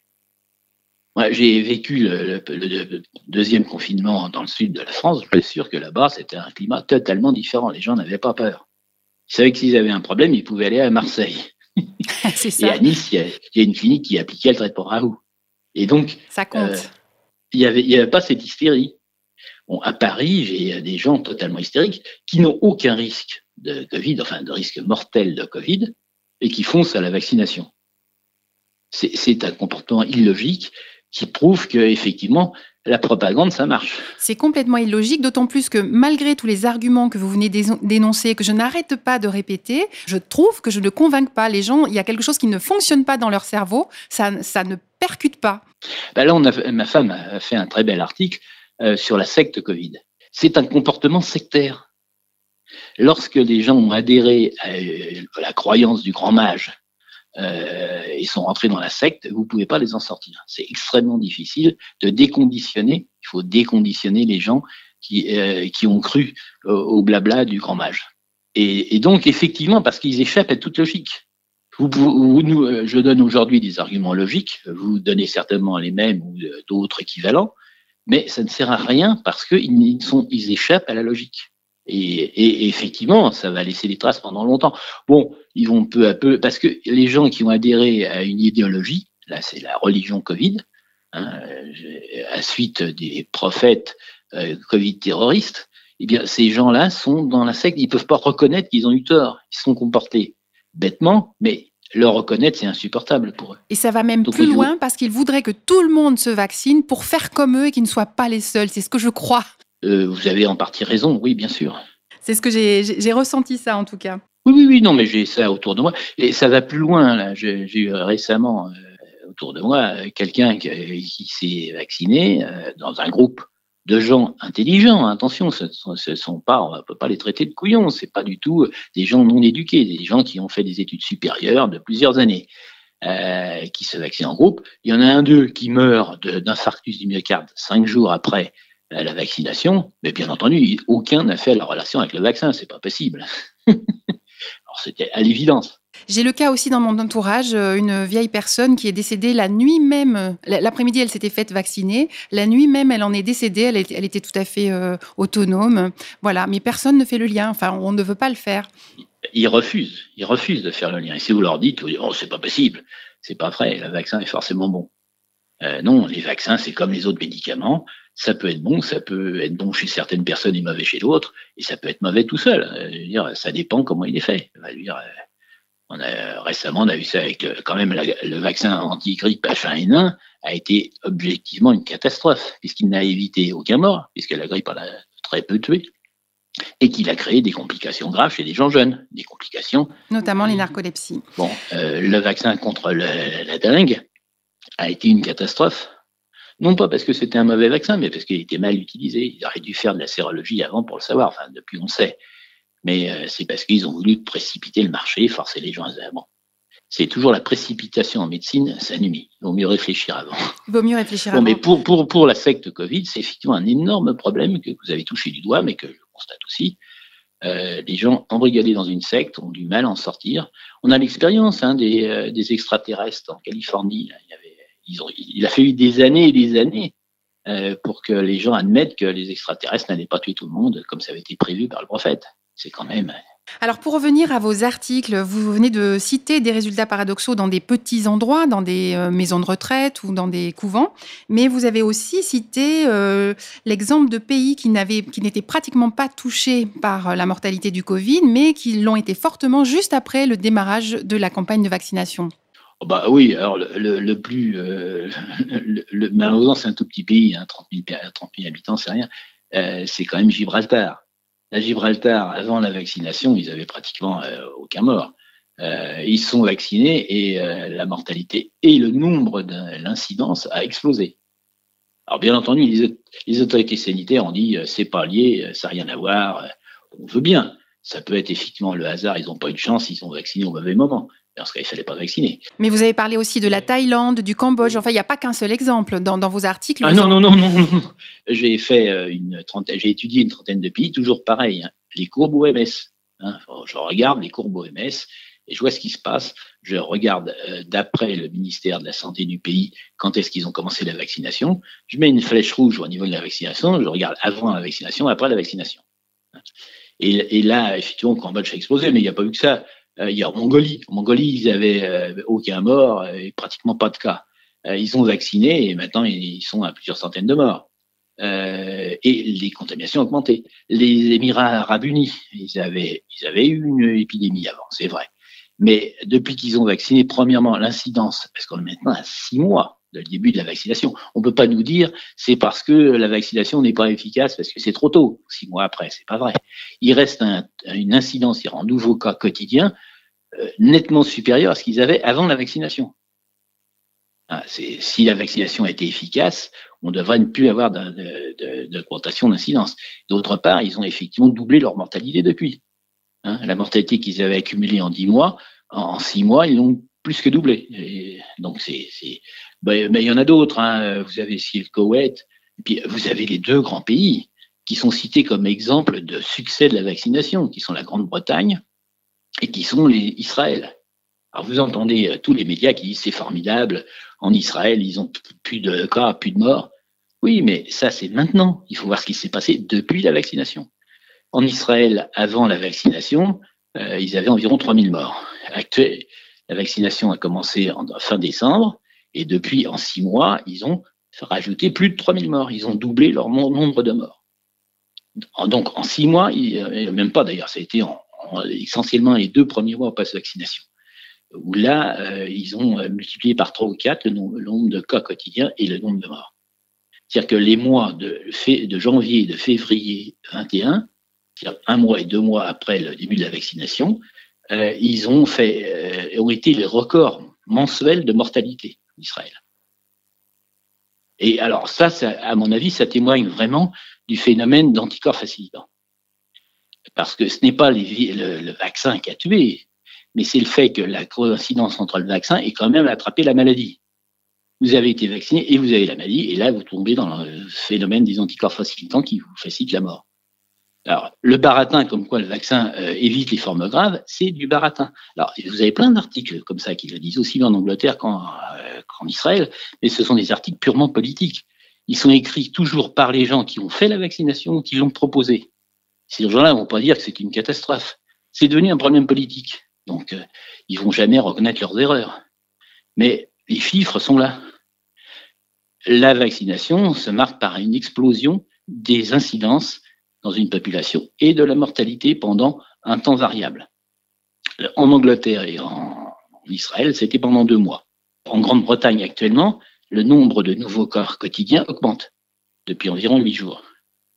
Speaker 2: Moi, j'ai vécu le, le, le deuxième confinement dans le sud de la France. Je suis sûr que là-bas, c'était un climat totalement différent. Les gens n'avaient pas peur. Ils savaient que s'ils avaient un problème, ils pouvaient aller à Marseille.
Speaker 1: C'est ça.
Speaker 2: Et à Nice, il y, a, il y a une clinique qui appliquait le traitement Raoult. Et donc,
Speaker 1: ça compte. Euh,
Speaker 2: il n'y avait, il y avait pas cette hystérie. Bon, à Paris, j'ai des gens totalement hystériques qui n'ont aucun risque de Covid, enfin de risque mortel de Covid, et qui foncent à la vaccination. C'est, c'est un comportement illogique qui prouve que effectivement la propagande, ça marche.
Speaker 1: C'est complètement illogique, d'autant plus que malgré tous les arguments que vous venez d'énoncer, que je n'arrête pas de répéter, je trouve que je ne convainc pas les gens. Il y a quelque chose qui ne fonctionne pas dans leur cerveau, ça, ça ne percute pas.
Speaker 2: Ben là, on a, ma femme a fait un très bel article euh, sur la secte Covid. C'est un comportement sectaire. Lorsque les gens ont adhéré à, à la croyance du grand mage, Euh, ils sont rentrés dans la secte, vous ne pouvez pas les en sortir. C'est extrêmement difficile de déconditionner. Il faut déconditionner les gens qui, euh, qui ont cru au, au blabla du grand mage. Et, et donc, effectivement, parce qu'ils échappent à toute logique. Vous, vous, nous, je donne aujourd'hui des arguments logiques, vous donnez certainement les mêmes ou d'autres équivalents, mais ça ne sert à rien parce qu'ils sont, ils échappent à la logique. Et, et, et effectivement, ça va laisser des traces pendant longtemps. Bon, ils vont peu à peu, parce que les gens qui ont adhéré à une idéologie, là c'est la religion Covid, hein, à suite des prophètes euh, Covid terroristes, eh bien ces gens-là sont dans la secte, ils peuvent pas reconnaître qu'ils ont eu tort, ils se sont comportés bêtement, mais le reconnaître c'est insupportable pour eux.
Speaker 1: Et ça va même Donc, plus loin vont... parce qu'ils voudraient que tout le monde se vaccine pour faire comme eux et qu'ils ne soient pas les seuls, c'est ce que je crois.
Speaker 2: Euh, vous avez en partie raison, oui, bien sûr.
Speaker 1: C'est ce que j'ai, j'ai, j'ai ressenti ça, en tout cas.
Speaker 2: Oui, oui, oui, non, mais j'ai ça autour de moi. Et ça va plus loin, là. J'ai, j'ai eu récemment, euh, autour de moi, quelqu'un qui, qui s'est vacciné euh, dans un groupe de gens intelligents. Attention, ce ne ce sont pas, on ne peut pas les traiter de couillons. C'est pas du tout des gens non éduqués, des gens qui ont fait des études supérieures de plusieurs années, euh, qui se vaccinent en groupe. Il y en a un d'eux qui meurt de, d'infarctus du myocarde cinq jours après la vaccination, mais bien entendu, aucun n'a fait la relation avec le vaccin, c'est pas possible. Alors c'était à l'évidence.
Speaker 1: J'ai le cas aussi dans mon entourage, une vieille personne qui est décédée la nuit même. L'après-midi, elle s'était faite vacciner. La nuit même, elle en est décédée. Elle était, elle était tout à fait euh, autonome. Voilà, mais personne ne fait le lien. Enfin, on ne veut pas le faire.
Speaker 2: Ils refusent. Ils refusent de faire le lien. Et si vous leur dites, oh, c'est pas possible, c'est pas vrai. Le vaccin est forcément bon. Euh, non, les vaccins, c'est comme les autres médicaments. Ça peut être bon, ça peut être bon chez certaines personnes et mauvais chez d'autres, et ça peut être mauvais tout seul. Euh, je veux dire, ça dépend comment il est fait. Je veux dire, euh, on a, récemment, on a vu ça avec le, quand même la, le vaccin anti-grippe H un N un a été objectivement une catastrophe, puisqu'il n'a évité aucun mort, puisque la grippe en a très peu tué, et qu'il a créé des complications graves chez des gens jeunes, des complications...
Speaker 1: Notamment les narcolepsies.
Speaker 2: Bon, euh, le vaccin contre le, la dengue a été une catastrophe. Non pas parce que c'était un mauvais vaccin, mais parce qu'il était mal utilisé. Ils auraient dû faire de la sérologie avant pour le savoir. Enfin, depuis, on le sait. Mais euh, c'est parce qu'ils ont voulu précipiter le marché, forcer les gens à... Bon. C'est toujours la précipitation en médecine, ça nuit. Il vaut mieux réfléchir avant.
Speaker 1: Il vaut mieux réfléchir
Speaker 2: bon,
Speaker 1: avant.
Speaker 2: Mais pour, pour, pour la secte Covid, c'est effectivement un énorme problème que vous avez touché du doigt, mais que je constate aussi. Euh, les gens embrigadés dans une secte ont du mal à en sortir. On a l'expérience hein, des, euh, des extraterrestres en Californie. Là, il, y avait, ils ont, il a fallu des années et des années euh, pour que les gens admettent que les extraterrestres n'allaient pas tuer tout le monde comme ça avait été prévu par le prophète. C'est quand même...
Speaker 1: Alors pour revenir à vos articles, vous venez de citer des résultats paradoxaux dans des petits endroits, dans des euh, maisons de retraite ou dans des couvents, mais vous avez aussi cité euh, l'exemple de pays qui n'avaient, qui n'étaient pratiquement pas touchés par la mortalité du Covid, mais qui l'ont été fortement juste après le démarrage de la campagne de vaccination.
Speaker 2: Oh bah oui, alors le, le, le plus... Euh, le, le, malheureusement, c'est un tout petit pays, hein, trente mille habitants, c'est rien, euh, c'est quand même Gibraltar. À Gibraltar, avant la vaccination, ils avaient pratiquement euh, aucun mort. Euh, ils sont vaccinés et euh, la mortalité et le nombre de l'incidence a explosé. Alors bien entendu, les, les autorités sanitaires ont dit euh, c'est pas lié, ça n'a rien à voir. Euh, on veut bien. Ça peut être effectivement le hasard, ils n'ont pas eu de chance, ils sont vaccinés au mauvais moment. Parce qu'il ne fallait pas vacciner.
Speaker 1: Mais vous avez parlé aussi de la Thaïlande, du Cambodge. Enfin, il n'y a pas qu'un seul exemple dans, dans vos articles.
Speaker 2: Ah non, non, non, non, non. J'ai fait une trentaine, j'ai étudié une trentaine de pays, toujours pareil. Hein, les courbes O M S. Hein, je regarde les courbes O M S et je vois ce qui se passe. Je regarde euh, d'après le ministère de la Santé du pays quand est-ce qu'ils ont commencé la vaccination. Je mets une flèche rouge au niveau de la vaccination. Je regarde avant la vaccination, après la vaccination. Et, et là, effectivement, le Cambodge a explosé, mais il n'y a pas eu que ça. Euh, il y a en Mongolie. En Mongolie, ils avaient euh, aucun mort et pratiquement pas de cas. Euh, ils ont vacciné et maintenant ils sont à plusieurs centaines de morts. Euh, et les contaminations ont augmenté. Les Émirats Arabes Unis, ils avaient, ils avaient eu une épidémie avant, c'est vrai. Mais depuis qu'ils ont vacciné, premièrement, l'incidence, parce qu'on est maintenant à six mois de le début de la vaccination. On ne peut pas nous dire c'est parce que la vaccination n'est pas efficace, parce que c'est trop tôt, six mois après, c'est pas vrai. Il reste un, une incidence en nouveaux cas quotidiens euh, nettement supérieure à ce qu'ils avaient avant la vaccination. Ah, c'est, si la vaccination a été efficace, on devrait ne plus avoir d'augmentation d'incidence. D'autre part, ils ont effectivement doublé leur mortalité depuis. Hein, la mortalité qu'ils avaient accumulée en dix mois, en six mois, ils l'ont plus que doublé. Et donc, c'est, c'est... Ben, mais il y en a d'autres. Hein. Vous avez ici le Koweït, et puis vous avez les deux grands pays qui sont cités comme exemple de succès de la vaccination, qui sont la Grande-Bretagne et qui sont les Israël. Alors vous entendez euh, tous les médias qui disent c'est formidable, en Israël, ils ont plus de cas, plus de morts. Oui, mais ça c'est maintenant. Il faut voir ce qui s'est passé depuis la vaccination. En Israël, avant la vaccination, euh, ils avaient environ trois mille morts. Actuellement, la vaccination a commencé en fin décembre, et depuis, en six mois, ils ont rajouté plus de trois mille morts. Ils ont doublé leur nombre de morts. Donc, en six mois, il, même pas d'ailleurs, ça a été en, en, essentiellement les deux premiers mois post-vaccination, où là, euh, ils ont multiplié par trois ou quatre le nombre, le nombre de cas quotidiens et le nombre de morts. C'est-à-dire que les mois de, de janvier et de février vingt et un, c'est-à-dire un mois et deux mois après le début de la vaccination, euh, ils ont, fait, euh, ont été les records mensuels de mortalité en Israël. Et alors ça, ça, à mon avis, ça témoigne vraiment du phénomène d'anticorps facilitant. Parce que ce n'est pas les, le, le vaccin qui a tué, mais c'est le fait que la coïncidence entre le vaccin et quand même attrapé la maladie. Vous avez été vacciné et vous avez la maladie, et là, vous tombez dans le phénomène des anticorps facilitants qui vous facilitent la mort. Alors, le baratin, comme quoi le vaccin euh, évite les formes graves, c'est du baratin. Alors, vous avez plein d'articles comme ça qui le disent aussi bien en Angleterre qu'en, euh, qu'en Israël, mais ce sont des articles purement politiques. Ils sont écrits toujours par les gens qui ont fait la vaccination ou qui l'ont proposée. Ces gens-là ne vont pas dire que c'est une catastrophe. C'est devenu un problème politique. Donc, euh, ils vont jamais reconnaître leurs erreurs. Mais les chiffres sont là. La vaccination se marque par une explosion des incidences dans une population et de la mortalité pendant un temps variable. En Angleterre et en Israël, c'était pendant deux mois. En Grande-Bretagne, actuellement, le nombre de nouveaux cas quotidiens augmente depuis environ huit jours.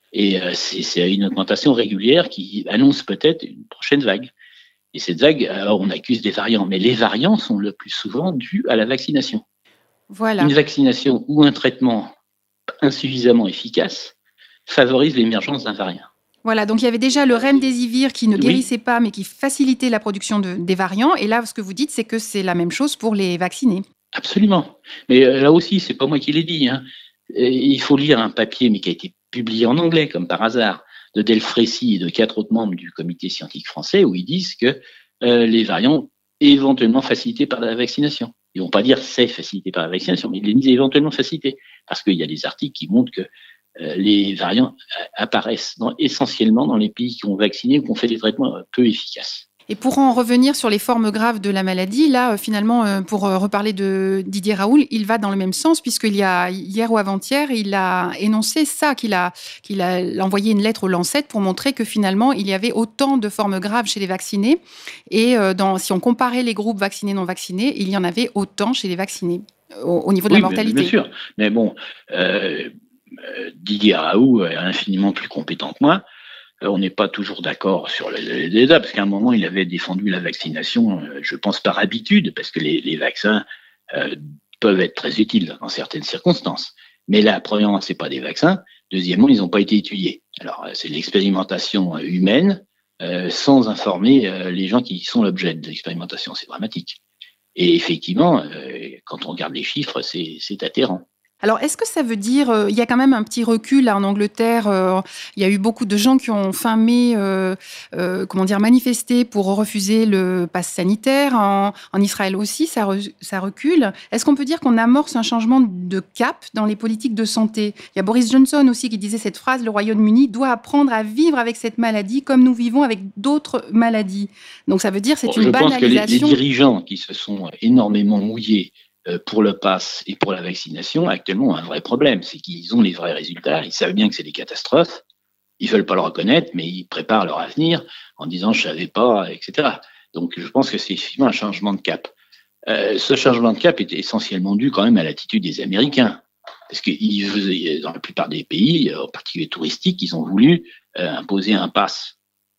Speaker 2: Et euh, c'est, c'est une augmentation régulière qui annonce peut-être une prochaine vague. Et cette vague, alors on accuse des variants, mais les variants sont le plus souvent dus à la vaccination.
Speaker 1: Voilà.
Speaker 2: Une vaccination ou un traitement insuffisamment efficace favorise l'émergence d'un variant.
Speaker 1: Voilà, donc il y avait déjà le remdesivir qui ne guérissait oui. pas, mais qui facilitait la production de, des variants. Et là, ce que vous dites, c'est que c'est la même chose pour les vaccinés.
Speaker 2: Absolument. Mais euh, là aussi, c'est pas moi qui l'ai dit. Hein. Il faut lire un papier, mais qui a été publié en anglais, comme par hasard, de Delfrécy et de quatre autres membres du comité scientifique français, où ils disent que euh, les variants éventuellement facilités par la vaccination. Ils vont pas dire c'est facilité par la vaccination, mais ils disent éventuellement facilité, parce qu'il y a des articles qui montrent que euh, les variants apparaissent dans, essentiellement dans les pays qui ont vacciné ou qui ont fait des traitements peu efficaces.
Speaker 1: Et pour en revenir sur les formes graves de la maladie, là, finalement, pour reparler de Didier Raoult, il va dans le même sens, puisqu'il y a hier ou avant-hier, il a énoncé ça, qu'il a, qu'il a envoyé une lettre au Lancet pour montrer que finalement, il y avait autant de formes graves chez les vaccinés. Et dans, si on comparait les groupes vaccinés non vaccinés, il y en avait autant chez les vaccinés, au, au niveau de
Speaker 2: oui,
Speaker 1: la mortalité.
Speaker 2: Bien sûr, mais bon, euh, Didier Raoult est infiniment plus compétent que moi. On n'est pas toujours d'accord sur les détails, parce qu'à un moment, il avait défendu la vaccination, je pense par habitude, parce que les, les vaccins euh, peuvent être très utiles dans certaines circonstances. Mais là, premièrement, c'est pas des vaccins. Deuxièmement, ils n'ont pas été étudiés. Alors, c'est de l'expérimentation humaine, euh, sans informer euh, les gens qui sont l'objet de l'expérimentation. C'est dramatique. Et effectivement, euh, quand on regarde les chiffres, c'est, c'est atterrant.
Speaker 1: Alors, est-ce que ça veut dire, euh, il y a quand même un petit recul là en Angleterre, euh, il y a eu beaucoup de gens qui ont fin mai, euh, euh, comment dire, manifesté pour refuser le pass sanitaire. En, en Israël aussi, ça, re, ça recule. Est-ce qu'on peut dire qu'on amorce un changement de cap dans les politiques de santé ? Il y a Boris Johnson aussi qui disait cette phrase, le Royaume-Uni doit apprendre à vivre avec cette maladie comme nous vivons avec d'autres maladies. Donc ça veut dire c'est bon, une
Speaker 2: je
Speaker 1: banalisation.
Speaker 2: Je pense que les, les dirigeants qui se sont énormément mouillés pour le pass et pour la vaccination, actuellement, ont un vrai problème. C'est qu'ils ont les vrais résultats. Ils savent bien que c'est des catastrophes. Ils veulent pas le reconnaître, mais ils préparent leur avenir en disant « je savais pas », et cetera. Donc, je pense que c'est effectivement un changement de cap. Euh, ce changement de cap est essentiellement dû quand même à l'attitude des Américains. Parce que ils, dans la plupart des pays, en particulier touristiques, ils ont voulu euh, imposer un pass.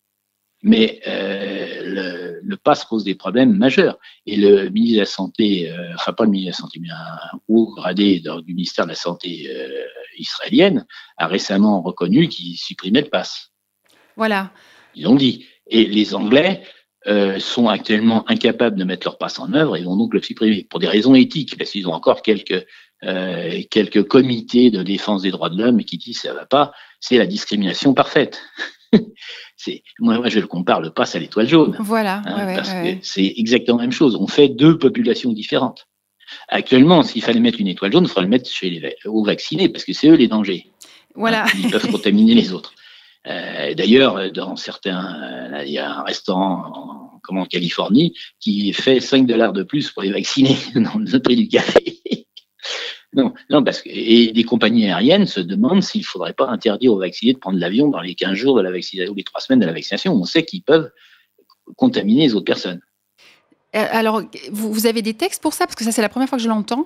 Speaker 2: Mais euh, le, le pass pose des problèmes majeurs. Et le ministre de la Santé, euh, enfin pas le ministre de la Santé, mais un haut gradé du ministère de la Santé euh, israélienne, a récemment reconnu qu'il supprimait le pass.
Speaker 1: Voilà.
Speaker 2: Ils l'ont dit. Et les Anglais euh, sont actuellement incapables de mettre leur pass en œuvre et vont donc le supprimer pour des raisons éthiques, parce qu'ils ont encore quelques euh, quelques comités de défense des droits de l'homme qui disent ça va pas, c'est la discrimination parfaite. C'est, moi, moi, je le compare le pass à l'étoile jaune.
Speaker 1: Voilà.
Speaker 2: Hein,
Speaker 1: ouais,
Speaker 2: parce
Speaker 1: ouais.
Speaker 2: que c'est exactement la même chose. On fait deux populations différentes. Actuellement, s'il fallait mettre une étoile jaune, il faudrait le mettre chez les aux vaccinés, parce que c'est eux les dangers.
Speaker 1: Voilà.
Speaker 2: Hein, ils peuvent contaminer les autres. Euh, d'ailleurs, dans certains, là, il y a un restaurant en, comme en Californie qui fait cinq dollars de plus pour les vacciner dans le prix du café. Non, non, parce que et des compagnies aériennes se demandent s'il ne faudrait pas interdire aux vaccinés de prendre l'avion dans les quinze jours de la vaccination ou les trois semaines de la vaccination. On sait qu'ils peuvent contaminer les autres personnes.
Speaker 1: Alors, vous, vous avez des textes pour ça ? Parce que ça, c'est la première fois que je l'entends.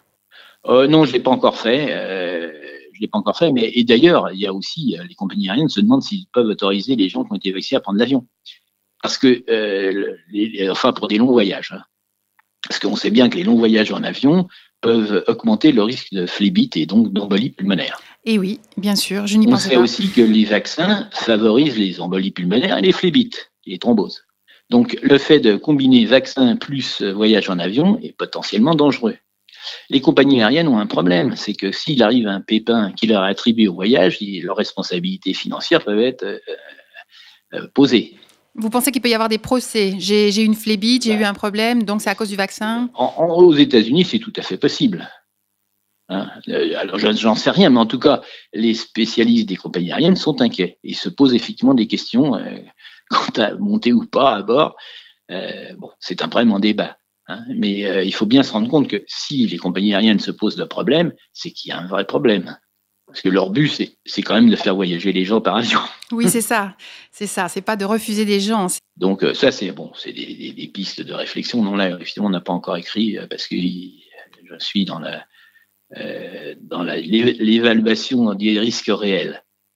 Speaker 2: Euh, non, je ne l'ai pas encore fait. Euh, je l'ai pas encore fait. Mais et d'ailleurs, il y a aussi les compagnies aériennes se demandent s'ils peuvent autoriser les gens qui ont été vaccinés à prendre l'avion, parce que euh, les, enfin pour des longs voyages. Hein. Parce qu'on sait bien que les longs voyages en avion peuvent augmenter le risque de phlébite et donc d'embolie pulmonaire.
Speaker 1: Et oui, bien sûr, je n'y
Speaker 2: On
Speaker 1: pensais
Speaker 2: sait
Speaker 1: pas.
Speaker 2: aussi que les vaccins favorisent les embolies pulmonaires et les phlébites, et les thromboses. Donc le fait de combiner vaccin plus voyage en avion est potentiellement dangereux. Les compagnies aériennes ont un problème, c'est que s'il arrive un pépin qui leur est attribué au voyage, leurs responsabilités financières peuvent être euh, euh, posées.
Speaker 1: Vous pensez qu'il peut y avoir des procès ? J'ai, j'ai une phlébite, j'ai bah, eu un problème, donc c'est à cause du vaccin ?
Speaker 2: en, en, Aux États-Unis, c'est tout à fait possible. Hein, alors, j'en sais rien, mais en tout cas, les spécialistes des compagnies aériennes sont inquiets. Ils se posent effectivement des questions euh, quant à monter ou pas à bord. Euh, bon, c'est un problème en débat. Hein, mais euh, il faut bien se rendre compte que si les compagnies aériennes se posent de problème, c'est qu'il y a un vrai problème. Parce que leur but, c'est, c'est quand même de faire voyager les gens par avion.
Speaker 1: Oui, c'est ça. C'est ça. C'est pas de refuser des gens.
Speaker 2: Donc ça, c'est bon, c'est des, des, des pistes de réflexion. Non, là, effectivement, on n'a pas encore écrit parce que je suis dans la euh, dans la, l'évaluation des risques réels.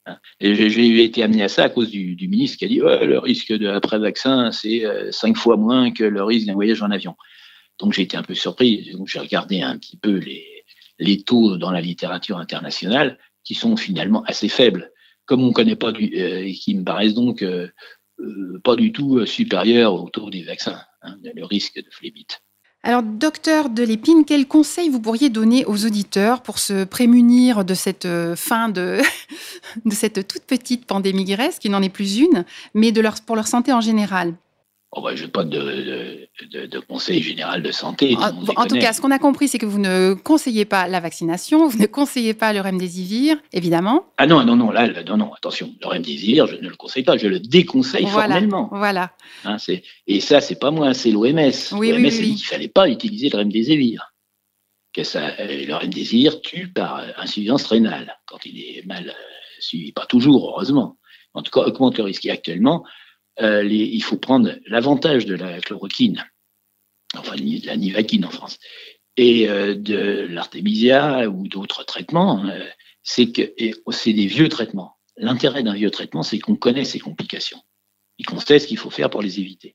Speaker 2: Hein. Et j'ai, j'ai été amené à ça à cause du, du ministre qui a dit ouais, le risque de après-vaccin, c'est euh, cinq fois moins que le risque d'un voyage en avion. Donc j'ai été un peu surpris. Donc j'ai regardé un petit peu les, les taux dans la littérature internationale qui sont finalement assez faibles, comme on ne connaît pas, du, euh, et qui me paraissent donc euh, euh, pas du tout euh, supérieurs au taux des vaccins, hein, le risque de phlébite.
Speaker 1: Alors, docteur Delépine, quels conseils vous pourriez donner aux auditeurs pour se prémunir de cette euh, fin de, de cette toute petite pandémie graisse, qui n'en est plus une, mais de leur, pour leur santé en général?
Speaker 2: Oh bah, je n'ai pas de, de, de, de conseil général de santé.
Speaker 1: En, en tout cas, ce qu'on a compris, c'est que vous ne conseillez pas la vaccination, vous ne conseillez pas le remdesivir, évidemment.
Speaker 2: Ah non, non, non, là, là non, non, attention, le remdesivir, je ne le conseille pas, je le déconseille
Speaker 1: Voilà,
Speaker 2: formellement.
Speaker 1: voilà.
Speaker 2: Hein, c'est, et ça, c'est pas moi, c'est l'O M S.
Speaker 1: Oui,
Speaker 2: L'O M S
Speaker 1: oui,
Speaker 2: a
Speaker 1: oui,
Speaker 2: dit
Speaker 1: oui.
Speaker 2: qu'il fallait pas utiliser le remdesivir. Que ça, le remdesivir tue par insuffisance rénale, quand il est mal euh, suivi. Pas toujours, heureusement. En tout cas, augmente le risque. Et actuellement, euh, les, il faut prendre l'avantage de la chloroquine, enfin de la nivaquine en France, et euh, de l'artémisia ou d'autres traitements, euh, c'est que et c'est des vieux traitements. L'intérêt d'un vieux traitement, c'est qu'on connaît ses complications et qu'on sait ce qu'il faut faire pour les éviter.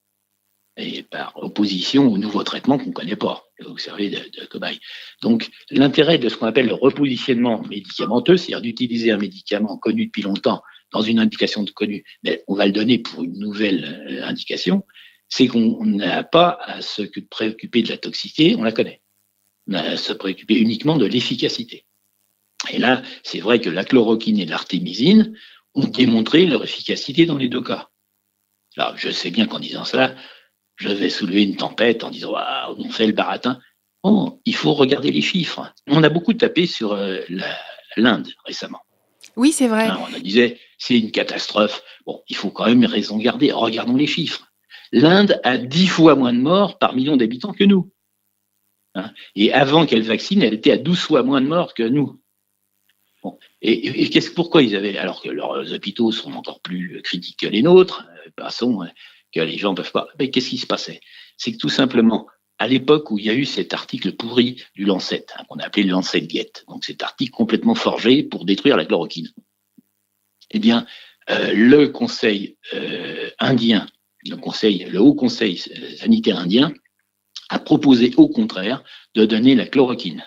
Speaker 2: Et par opposition aux nouveaux traitements qu'on ne connaît pas, vous savez, de, de cobaye. Donc, l'intérêt de ce qu'on appelle le repositionnement médicamenteux, c'est-à-dire d'utiliser un médicament connu depuis longtemps dans une indication connue, mais on va le donner pour une nouvelle euh, indication, c'est qu'on n'a pas à se préoccuper de la toxicité, on la connaît. On a à se préoccuper uniquement de l'efficacité. Et là, c'est vrai que la chloroquine et l'artémisine ont démontré leur efficacité dans les deux cas. Alors, je sais bien qu'en disant cela, je vais soulever une tempête en disant ah, on fait le baratin. Oh, il faut regarder les chiffres. On a beaucoup tapé sur euh, la, l'Inde récemment.
Speaker 1: Oui, c'est vrai.
Speaker 2: Hein, on a disait c'est une catastrophe. Bon, il faut quand même raison garder. Regardons les chiffres. L'Inde a dix fois moins de morts par million d'habitants que nous. Hein, et avant qu'elle vaccine, elle était à douze fois moins de morts que nous. Bon. Et, et, et qu'est-ce, pourquoi ils avaient, alors que leurs hôpitaux sont encore plus critiques que les nôtres, euh, passons, que les gens ne peuvent pas. Mais qu'est-ce qui se passait? C'est que tout simplement, à l'époque où il y a eu cet article pourri du Lancet, hein, qu'on a appelé le Lancet Gate, donc cet article complètement forgé pour détruire la chloroquine, eh bien, euh, le Conseil euh, indien, le, conseil, le Haut Conseil sanitaire indien, a proposé au contraire de donner la chloroquine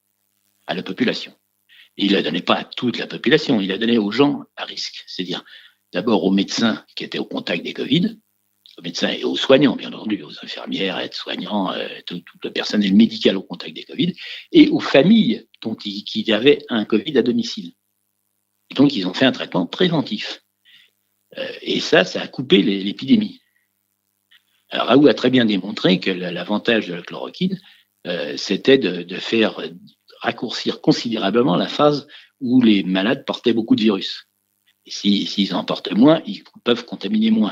Speaker 2: à la population. Et il ne la donnait pas à toute la population, il la donnait aux gens à risque, c'est-à-dire d'abord aux médecins qui étaient au contact des Covid, aux médecins et aux soignants, bien entendu, aux infirmières, aides-soignants, euh, tout, tout le personnel médical au contact des Covid, et aux familles dont ils, qui avaient un Covid à domicile. Et donc, ils ont fait un traitement préventif. Euh, et ça, ça a coupé les, l'épidémie. Alors, Raoult a très bien démontré que l'avantage de la chloroquine, euh, c'était de, de faire raccourcir considérablement la phase où les malades portaient beaucoup de virus. Et si, s'ils en portent moins, ils peuvent contaminer moins.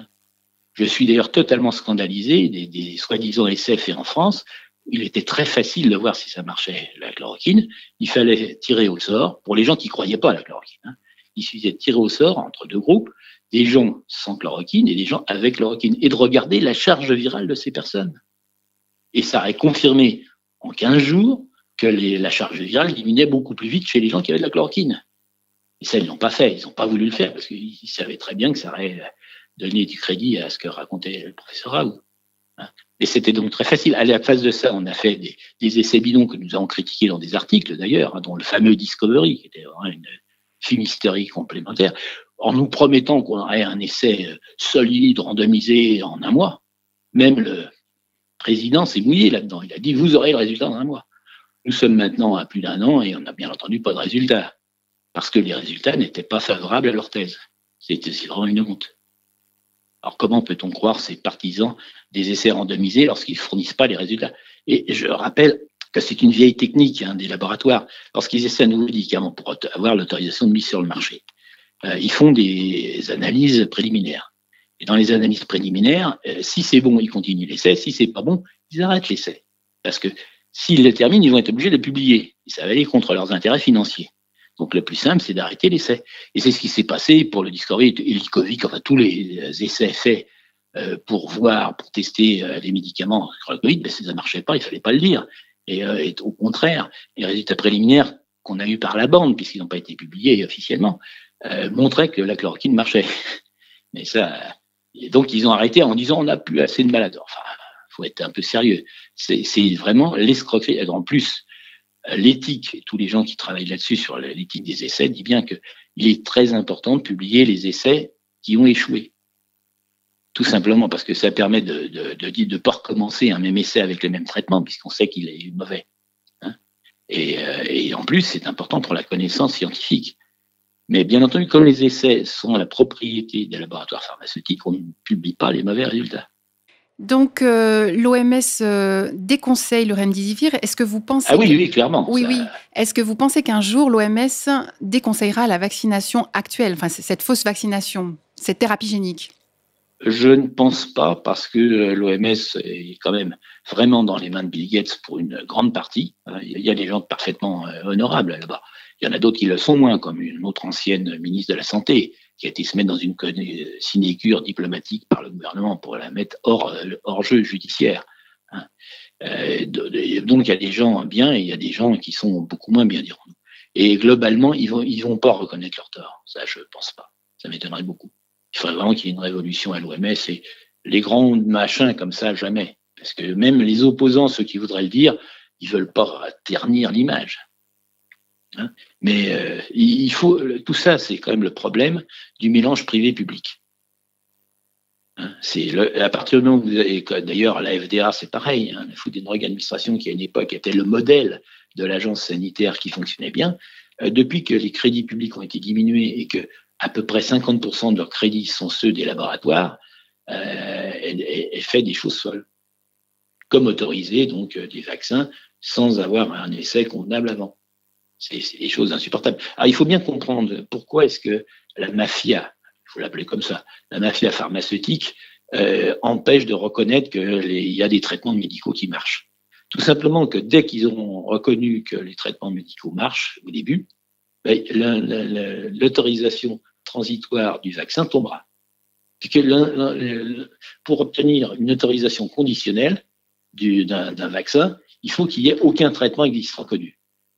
Speaker 2: Je suis d'ailleurs totalement scandalisé des, des soi-disant essais faits en France. Il était très facile de voir si ça marchait, la chloroquine. Il fallait tirer au sort, pour les gens qui ne croyaient pas à la chloroquine, hein. Il suffisait de tirer au sort entre deux groupes, des gens sans chloroquine et des gens avec chloroquine, et de regarder la charge virale de ces personnes. Et ça a confirmé en quinze jours que les, la charge virale diminuait beaucoup plus vite chez les gens qui avaient de la chloroquine. Et ça, ils ne l'ont pas fait, ils n'ont pas voulu le faire, parce qu'ils savaient très bien que ça aurait donné du crédit à ce que racontait le professeur Raoult. Et c'était donc très facile. À la place de ça, on a fait des, des essais bidons que nous avons critiqués dans des articles d'ailleurs, hein, dont le fameux Discovery, qui était vraiment une fumisterie complémentaire, en nous promettant qu'on aurait un essai solide, randomisé en un mois. Même le président s'est mouillé là-dedans. Il a dit, vous aurez le résultat dans un mois. Nous sommes maintenant à plus d'un an et on n'a bien entendu pas de résultat. Parce que les résultats n'étaient pas favorables à leur thèse. C'était vraiment une honte. Alors comment peut-on croire ces partisans des essais randomisés lorsqu'ils ne fournissent pas les résultats? Et je rappelle que c'est une vieille technique, hein, des laboratoires. Lorsqu'ils essaient un nouveau médicament pour avoir l'autorisation de mise sur le marché, euh, ils font des analyses préliminaires. Et dans les analyses préliminaires, euh, si c'est bon, ils continuent l'essai. Si c'est pas bon, ils arrêtent l'essai. Parce que s'ils le terminent, ils vont être obligés de le publier. Et ça va aller contre leurs intérêts financiers. Donc le plus simple, c'est d'arrêter l'essai. Et c'est ce qui s'est passé pour le Discovery et l'Icovic, enfin tous les essais faits euh, pour voir, pour tester euh, les médicaments contre le Covid, ben, ça ne marchait pas, il ne fallait pas le dire. Et, euh, et au contraire, les résultats préliminaires qu'on a eues par la bande, puisqu'ils n'ont pas été publiés officiellement, euh, montraient que la chloroquine marchait. Mais ça, donc ils ont arrêté en disant on n'a plus assez de malades. Enfin, faut être un peu sérieux. C'est, c'est vraiment l'escroquerie. En plus, l'éthique, tous les gens qui travaillent là-dessus sur l'éthique des essais, disent bien qu'il est très important de publier les essais qui ont échoué. Tout simplement parce que ça permet de de, de, de, de pas recommencer un même essai avec le même traitement, puisqu'on sait qu'il est mauvais. Hein, et, euh, et en plus, c'est important pour la connaissance scientifique. Mais bien entendu, comme les essais sont la propriété des laboratoires pharmaceutiques, on ne publie pas les mauvais résultats.
Speaker 1: Donc, euh, l'O M S euh, déconseille le remdesivir. Est-ce que vous pensez...
Speaker 2: Ah oui,
Speaker 1: que...
Speaker 2: oui, clairement.
Speaker 1: Oui,
Speaker 2: ça...
Speaker 1: oui. Est-ce que vous pensez qu'un jour, l'O M S déconseillera la vaccination actuelle, enfin, cette fausse vaccination, cette thérapie génique?
Speaker 2: Je ne pense pas, parce que l'O M S est quand même vraiment dans les mains de Bill Gates pour une grande partie. Il y a des gens parfaitement honorables là-bas. Il y en a d'autres qui le sont moins, comme une autre ancienne ministre de la Santé, qui a été se mettre dans une sinécure diplomatique par le gouvernement pour la mettre hors, hors jeu judiciaire. Euh, donc il y a des gens bien et il y a des gens qui sont beaucoup moins bien, dirons-nous. Et globalement, ils vont, ils vont pas reconnaître leur tort. Ça, je pense pas. Ça m'étonnerait beaucoup. Il faudrait vraiment qu'il y ait une révolution à l'O M S, et les grands machins comme ça, jamais. Parce que même les opposants, ceux qui voudraient le dire, ils veulent pas ternir l'image. Hein, mais euh, il faut, tout ça, c'est quand même le problème du mélange privé-public. Hein, c'est le, à partir du moment où vous avez, d'ailleurs, la F D A, c'est pareil, hein, la Food and Drug Administration, qui à une époque était le modèle de l'agence sanitaire qui fonctionnait bien, euh, depuis que les crédits publics ont été diminués et que à peu près cinquante pour cent de leurs crédits sont ceux des laboratoires, euh, elle, elle fait des choses folles, comme autoriser donc euh, des vaccins sans avoir un essai convenable avant. C'est, c'est des choses insupportables. Alors, il faut bien comprendre pourquoi est-ce que la mafia, il faut l'appeler comme ça, la mafia pharmaceutique, euh, empêche de reconnaître qu'il y a des traitements médicaux qui marchent. Tout simplement que dès qu'ils auront reconnu que les traitements médicaux marchent au début, ben, la, la, la, l'autorisation transitoire du vaccin tombera. Puisque la, la, la, pour obtenir une autorisation conditionnelle du, d'un, d'un vaccin, il faut qu'il n'y ait aucun traitement existant connu.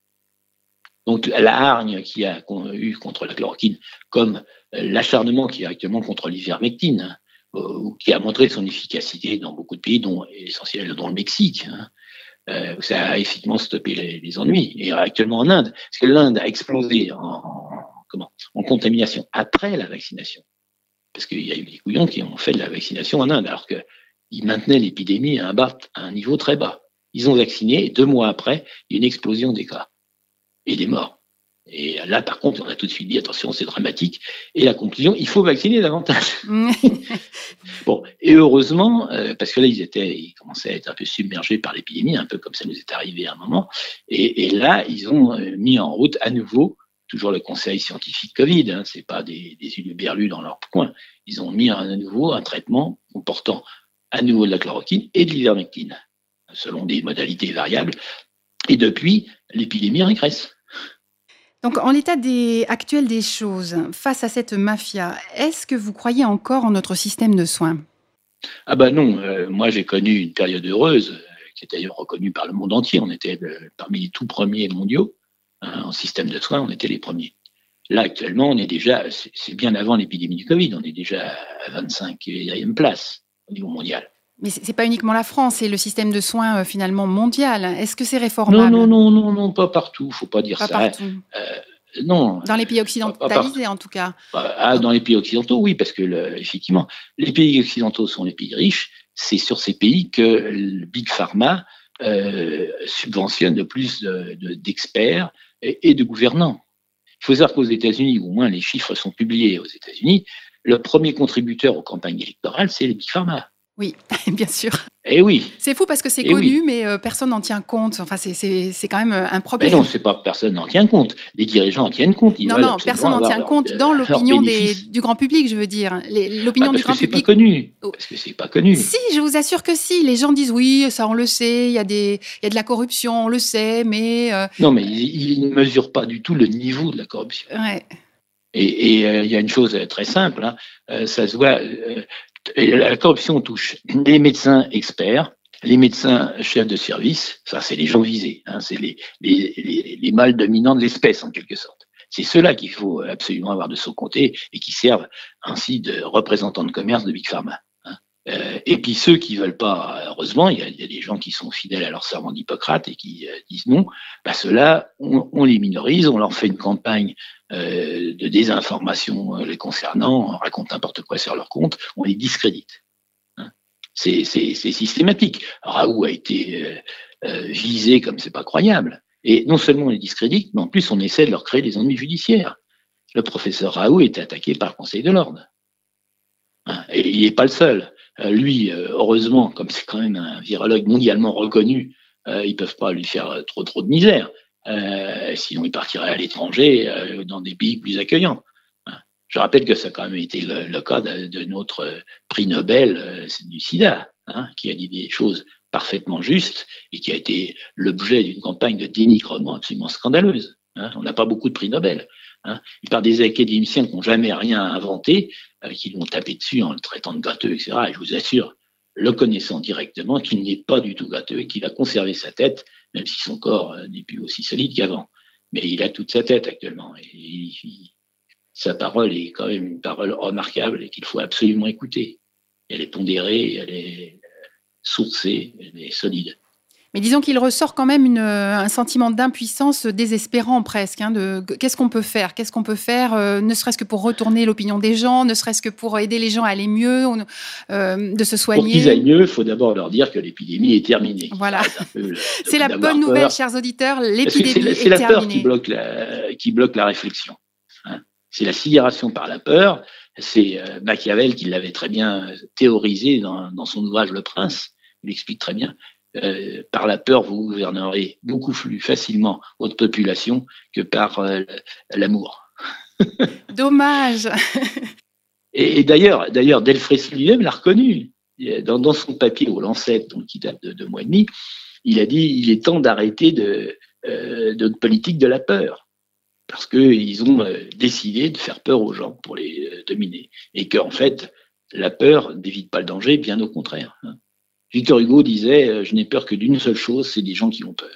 Speaker 2: Donc la hargne qu'il y a eu contre la chloroquine, comme l'acharnement qu'il y a actuellement contre l'ivermectine, hein, qui a montré son efficacité dans beaucoup de pays, dont essentiellement dans le Mexique, hein, euh, ça a effectivement stoppé les, les ennuis. Et actuellement en Inde, parce que l'Inde a explosé en, en, comment, en contamination après la vaccination, parce qu'il y a eu des couillons qui ont fait de la vaccination en Inde, alors qu'ils maintenaient l'épidémie à un, bas, à un niveau très bas. Ils ont vacciné, et deux mois après, il y a une explosion des cas et des morts. Et là, par contre, on a tout de suite dit, attention, c'est dramatique. Et la conclusion, il faut vacciner davantage. Bon, et heureusement, euh, parce que là, ils étaient, ils commençaient à être un peu submergés par l'épidémie, un peu comme ça nous est arrivé à un moment. Et, et là, ils ont mis en route à nouveau, toujours le conseil scientifique Covid, hein, c'est pas des, des huluberlus dans leur coin. Ils ont mis à nouveau un traitement comportant à nouveau de la chloroquine et de l'ivermectine, selon des modalités variables. Et depuis, l'épidémie régresse.
Speaker 1: Donc, en l'état des, actuel des choses, face à cette mafia, est-ce que vous croyez encore en notre système de soins ?
Speaker 2: Ah ben non, euh, moi j'ai connu une période heureuse, euh, qui est d'ailleurs reconnue par le monde entier. On était le, parmi les tout premiers mondiaux, hein, en système de soins, on était les premiers. Là, actuellement, on est déjà, c'est, c'est bien avant l'épidémie du Covid, on est déjà à vingt-cinquième place au niveau mondial.
Speaker 1: Mais ce n'est pas uniquement la France, c'est le système de soins euh, finalement mondial. Est-ce que c'est réformable ?
Speaker 2: Non, non, non, non, non, pas partout, il ne faut pas dire
Speaker 1: pas
Speaker 2: ça.
Speaker 1: Partout.
Speaker 2: Euh, non.
Speaker 1: Dans les pays occidentalisés, en tout cas.
Speaker 2: Ah, dans les pays occidentaux, oui, parce que le, effectivement, les pays occidentaux sont les pays riches. C'est sur ces pays que le Big Pharma euh, subventionne de plus de, de, d'experts et, et de gouvernants. Il faut savoir qu'aux États-Unis, ou au moins les chiffres sont publiés aux États-Unis, le premier contributeur aux campagnes électorales, c'est les Big Pharma.
Speaker 1: Oui, bien sûr.
Speaker 2: Et oui.
Speaker 1: C'est fou parce que c'est
Speaker 2: et
Speaker 1: connu,
Speaker 2: oui.
Speaker 1: mais euh, personne n'en tient compte. Enfin, c'est, c'est, c'est quand même un problème.
Speaker 2: Mais non, c'est pas personne n'en tient compte. Les dirigeants en tiennent compte. Ils
Speaker 1: non, non, personne n'en tient leur, compte dans l'opinion des, du grand public, je veux dire. Les, l'opinion
Speaker 2: bah,
Speaker 1: du grand
Speaker 2: public.
Speaker 1: Parce
Speaker 2: que c'est pas connu. Parce que c'est pas connu.
Speaker 1: Si, je vous assure que si. Les gens disent oui, ça on le sait. Il y a des, il y a de la corruption, on le sait, mais. Euh...
Speaker 2: Non, mais ils, ils ne mesurent pas du tout le niveau de la corruption.
Speaker 1: Ouais.
Speaker 2: Et il euh, y a une chose très simple. Hein, euh, ça se voit. Euh, la corruption touche des médecins experts Les médecins chefs de service, ça c'est les gens visés, hein, c'est les, les, les, les mâles dominants de l'espèce en quelque sorte. C'est ceux-là qu'il faut absolument avoir de son côté et qui servent ainsi de représentants de commerce de Big Pharma. Hein. Euh, et puis ceux qui veulent pas, heureusement, il y, a, il y a des gens qui sont fidèles à leur serment d'Hippocrate et qui euh, disent non, bah ceux-là, on, on les minorise, on leur fait une campagne euh, de désinformation les concernant, on raconte n'importe quoi sur leur compte, on les discrédite. Hein. C'est, c'est, c'est systématique. Raoult a été euh, euh, visé comme c'est pas croyable. Et non seulement on les discrédite, mais en plus on essaie de leur créer des ennuis judiciaires. Le professeur Raoult était attaqué par le Conseil de l'Ordre. Hein, et il n'est pas le seul. Euh, lui, euh, heureusement, comme c'est quand même un virologue mondialement reconnu, euh, ils ne peuvent pas lui faire trop trop de misère. Euh, sinon, il partirait à l'étranger, euh, dans des pays plus accueillants. Hein. Je rappelle que ça a quand même été le, le cas de, de notre prix Nobel euh, du sida, hein, qui a dit des choses parfaitement juste et qui a été l'objet d'une campagne de dénigrement absolument scandaleuse. Hein. On n'a pas beaucoup de prix Nobel. Hein. Il parle des académiciens qui n'ont jamais rien inventé, euh, qui l'ont tapé dessus en le traitant de gâteux, et cetera. Et je vous assure, le connaissant directement, qu'il n'est pas du tout gâteux et qu'il a conservé sa tête, même si son corps euh, n'est plus aussi solide qu'avant. Mais il a toute sa tête actuellement. Et il, il, sa parole est quand même une parole remarquable et qu'il faut absolument écouter. Elle est pondérée, elle est sourcée, mais solide.
Speaker 1: Mais disons qu'il ressort quand même une, un sentiment d'impuissance désespérant presque. Hein, de, qu'est-ce qu'on peut faire Qu'est-ce qu'on peut faire euh, ne serait-ce que pour retourner l'opinion des gens, ne serait-ce que pour aider les gens à aller mieux, euh, de se soigner.
Speaker 2: Pour qu'ils aillent mieux, il faut d'abord leur dire que l'épidémie est terminée.
Speaker 1: Voilà.
Speaker 2: Le,
Speaker 1: c'est la bonne nouvelle, peur. Chers auditeurs, l'épidémie
Speaker 2: c'est la,
Speaker 1: est
Speaker 2: c'est la
Speaker 1: terminée.
Speaker 2: Peur qui bloque la, qui bloque la réflexion. Hein. C'est la sidération par la peur. C'est euh, Machiavel qui l'avait très bien théorisé dans, dans son ouvrage Le Prince. Il l'explique très bien. Euh, par la peur, vous gouvernerez beaucoup plus facilement votre population que par euh, l'amour.
Speaker 1: Dommage.
Speaker 2: et, et d'ailleurs, d'ailleurs, Delfrécy lui-même l'a reconnu. Dans, dans son papier au Lancet, donc, qui date de deux mois et demi, il a dit il est temps d'arrêter de, euh, de politique de la peur. Parce qu'ils ont euh, décidé de faire peur aux gens pour les euh, dominer. Et qu'en fait, la peur n'évite pas le danger, bien au contraire. Hein. Victor Hugo disait euh, « Je n'ai peur que d'une seule chose, c'est des gens qui ont peur. »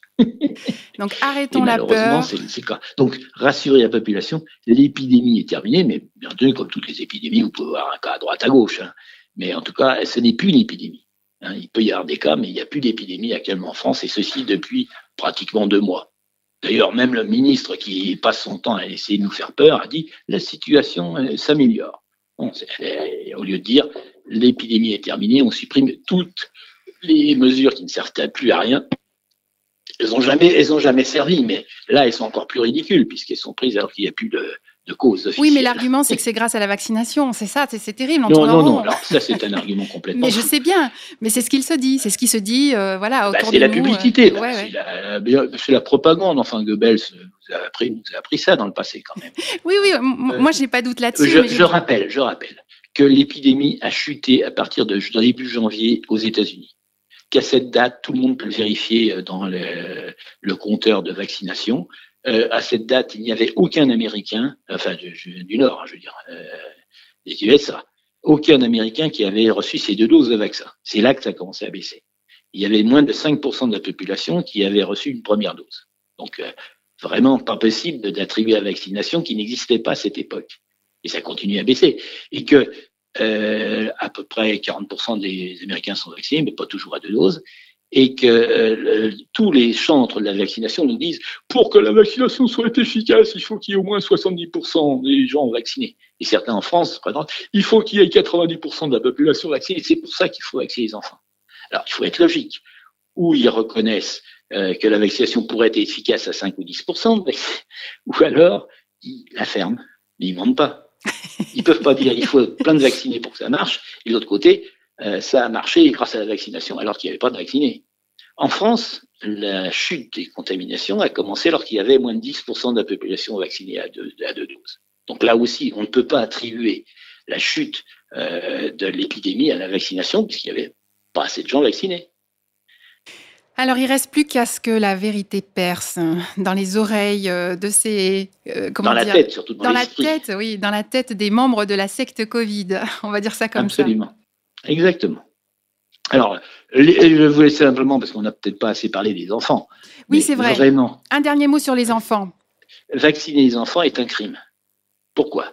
Speaker 1: Donc arrêtons la peur.
Speaker 2: C'est, c'est Donc rassurer la population, l'épidémie est terminée, mais bien entendu, comme toutes les épidémies, vous pouvez avoir un cas à droite, à gauche. Hein. Mais en tout cas, ce n'est plus une épidémie. Hein. Il peut y avoir des cas, mais il n'y a plus d'épidémie actuellement en France, et ceci depuis pratiquement deux mois. D'ailleurs, même le ministre qui passe son temps à essayer de nous faire peur a dit « La situation euh, s'améliore. Bon, » Au lieu de dire « L'épidémie est terminée, on supprime toutes les mesures qui ne servent plus à rien. » Elles n'ont jamais, elles ont jamais servi, mais là, elles sont encore plus ridicules puisqu'elles sont prises alors qu'il n'y a plus de, de cause officielle.
Speaker 1: Oui, mais l'argument, c'est que c'est grâce à la vaccination. C'est ça, c'est, c'est terrible.
Speaker 2: Non, non, non. Alors, ça, c'est un argument complètement.
Speaker 1: Mais je sais bien. Mais c'est ce qu'il se dit. C'est ce qui se dit, euh, voilà, autour
Speaker 2: bah,
Speaker 1: de
Speaker 2: c'est la
Speaker 1: nous,
Speaker 2: publicité.
Speaker 1: Euh,
Speaker 2: bah,
Speaker 1: ouais,
Speaker 2: c'est,
Speaker 1: ouais.
Speaker 2: la, c'est la propagande. Enfin, Goebbels nous a appris, nous a appris ça dans le passé quand même.
Speaker 1: Oui, oui. M- euh, moi, je n'ai pas de doute là-dessus.
Speaker 2: Je,
Speaker 1: mais
Speaker 2: je rappelle, je rappelle que l'épidémie a chuté à partir de début janvier aux États-Unis. Qu'à cette date, tout le monde peut le vérifier dans le, le compteur de vaccination. Euh, à cette date, il n'y avait aucun Américain, enfin du, du Nord, hein, je veux dire, euh, des U S A, aucun Américain qui avait reçu ces deux doses de vaccin. C'est là que ça a commencé à baisser. Il y avait moins de cinq pour cent de la population qui avait reçu une première dose. Donc, euh, vraiment pas possible de, d'attribuer la vaccination qui n'existait pas à cette époque. Et ça continue à baisser. Et que Euh, à peu près quarante pour cent des Américains sont vaccinés, mais pas toujours à deux doses, et que euh, tous les chantres de la vaccination nous disent pour que la vaccination soit efficace, il faut qu'il y ait au moins soixante-dix pour cent des gens vaccinés. Et certains en France, par exemple, il faut qu'il y ait quatre-vingt-dix pour cent de la population vaccinée, c'est pour ça qu'il faut vacciner les enfants. Alors, il faut être logique. Ou ils reconnaissent euh, que la vaccination pourrait être efficace à cinq ou dix pour cent, mais, ou alors, ils la ferment, mais ils ne mentent pas. Ils peuvent pas dire il faut plein de vaccinés pour que ça marche, et de l'autre côté, euh, ça a marché grâce à la vaccination, alors qu'il n'y avait pas de vaccinés. En France, la chute des contaminations a commencé alors qu'il y avait moins de dix pour cent de la population vaccinée à deux, à deux doses. Donc là aussi, on ne peut pas attribuer la chute euh, de l'épidémie à la vaccination, puisqu'il n'y avait pas assez de gens vaccinés.
Speaker 1: Alors, il ne reste plus qu'à ce que la vérité perce dans les oreilles de ces...
Speaker 2: Euh, comment dans dire, la tête, surtout dans,
Speaker 1: dans
Speaker 2: l'esprit.
Speaker 1: la tête, oui, dans la tête des membres de la secte Covid. On va dire ça comme
Speaker 2: Absolument.
Speaker 1: ça.
Speaker 2: Absolument. Exactement. Alors, les, je voulais simplement, parce qu'on n'a peut-être pas assez parlé des enfants.
Speaker 1: Oui, c'est vrai.
Speaker 2: Vraiment,
Speaker 1: un dernier mot sur les enfants.
Speaker 2: Vacciner les enfants est un crime. Pourquoi ?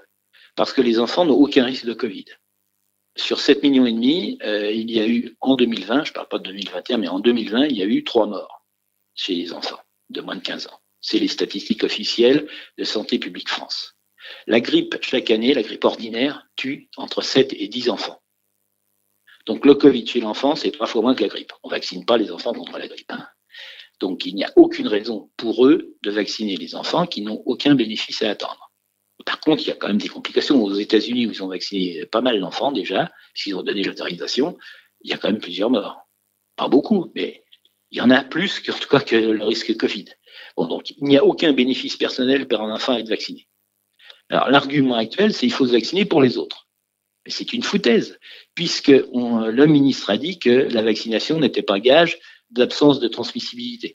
Speaker 2: Parce que les enfants n'ont aucun risque de Covid. Sur sept millions et demi, euh, il y a eu en deux mille vingt, je ne parle pas de deux mille vingt et un, mais en deux mille vingt, il y a eu trois morts chez les enfants de moins de quinze ans. C'est les statistiques officielles de Santé publique France. La grippe, chaque année, la grippe ordinaire, tue entre sept et dix enfants. Donc le Covid chez l'enfant, c'est trois fois moins que la grippe. On ne vaccine pas les enfants contre la grippe. Hein. Donc il n'y a aucune raison pour eux de vacciner les enfants qui n'ont aucun bénéfice à attendre. Par contre, il y a quand même des complications. Aux États-Unis, où ils ont vacciné pas mal d'enfants déjà, puisqu'ils ont donné l'autorisation, il y a quand même plusieurs morts. Pas beaucoup, mais il y en a plus que, en tout cas, que le risque Covid. Bon, donc il n'y a aucun bénéfice personnel pour un enfant à être vacciné. Alors l'argument actuel, c'est qu'il faut se vacciner pour les autres. Mais c'est une foutaise, puisque on, le ministre a dit que la vaccination n'était pas gage d'absence de transmissibilité.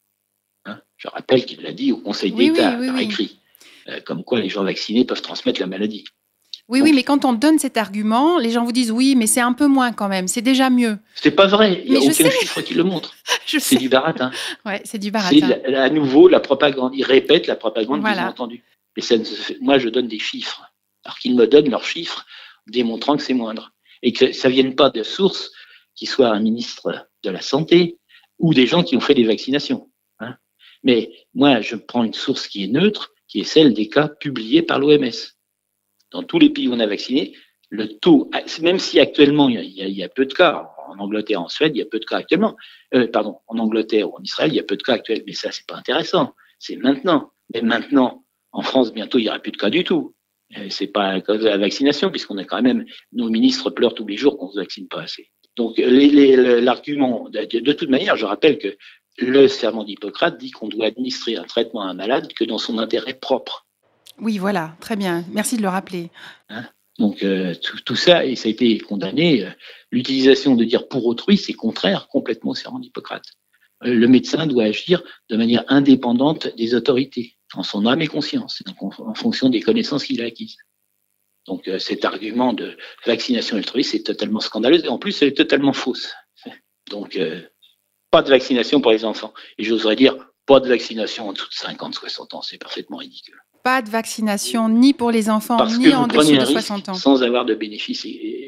Speaker 2: Hein, je rappelle qu'il l'a dit au Conseil
Speaker 1: Oui,
Speaker 2: d'État,
Speaker 1: oui, oui,
Speaker 2: par
Speaker 1: oui.
Speaker 2: écrit, euh, comme quoi les gens vaccinés peuvent transmettre la maladie.
Speaker 1: Oui,
Speaker 2: Donc,
Speaker 1: oui, mais quand on donne cet argument, les gens vous disent oui, mais c'est un peu moins quand même, c'est déjà mieux.
Speaker 2: c'est pas vrai, il n'y a
Speaker 1: Mais je
Speaker 2: aucun
Speaker 1: sais.
Speaker 2: chiffre qui le montre.
Speaker 1: Je
Speaker 2: C'est
Speaker 1: sais.
Speaker 2: du baratin.
Speaker 1: Ouais, c'est du
Speaker 2: C'est
Speaker 1: baratin.
Speaker 2: la- à nouveau la propagande. Ils répètent la propagande qu'ils
Speaker 1: Voilà.
Speaker 2: ont entendue. Mais ça ne se fait- moi, je donne des chiffres. Alors qu'ils me donnent leurs chiffres, démontrant que c'est moindre. Et que ça ne vienne pas de sources qui soient un ministre de la Santé ou des gens qui ont fait des vaccinations. Hein. Mais moi, je prends une source qui est neutre, qui est celle des cas publiés par l'O M S. Dans tous les pays où on a vacciné, le taux, même si actuellement il y a, il y a peu de cas, en Angleterre, en Suède, il y a peu de cas actuellement, euh, pardon, en Angleterre ou en Israël, il y a peu de cas actuels, mais ça, c'est pas intéressant, c'est maintenant. Mais maintenant, en France, bientôt, il n'y aura plus de cas du tout. Euh, c'est pas à cause de la vaccination, puisqu'on a quand même, nos ministres pleurent tous les jours qu'on ne se vaccine pas assez. Donc, les, les, l'argument, de, de toute manière, je rappelle que le serment d'Hippocrate dit qu'on doit administrer un traitement à un malade que dans son intérêt propre.
Speaker 1: Oui, voilà, très bien. Merci de le rappeler.
Speaker 2: Hein. Donc euh, tout, tout ça, et ça a été condamné, euh, l'utilisation de dire pour autrui, c'est contraire complètement au serment d'Hippocrate. Euh, le médecin doit agir de manière indépendante des autorités, en son âme et conscience, donc en, en fonction des connaissances qu'il a acquises. Donc euh, cet argument de vaccination altruiste, c'est totalement scandaleux, et en plus, elle est totalement fausse. Donc euh, pas de vaccination pour les enfants. Et j'oserais dire, pas de vaccination en dessous de cinquante, soixante ans, c'est parfaitement ridicule.
Speaker 1: Pas de vaccination ni pour les enfants,
Speaker 2: Parce
Speaker 1: ni
Speaker 2: que
Speaker 1: en
Speaker 2: vous
Speaker 1: dessous
Speaker 2: prenez
Speaker 1: de
Speaker 2: un risque
Speaker 1: soixante ans.
Speaker 2: sans avoir de bénéfices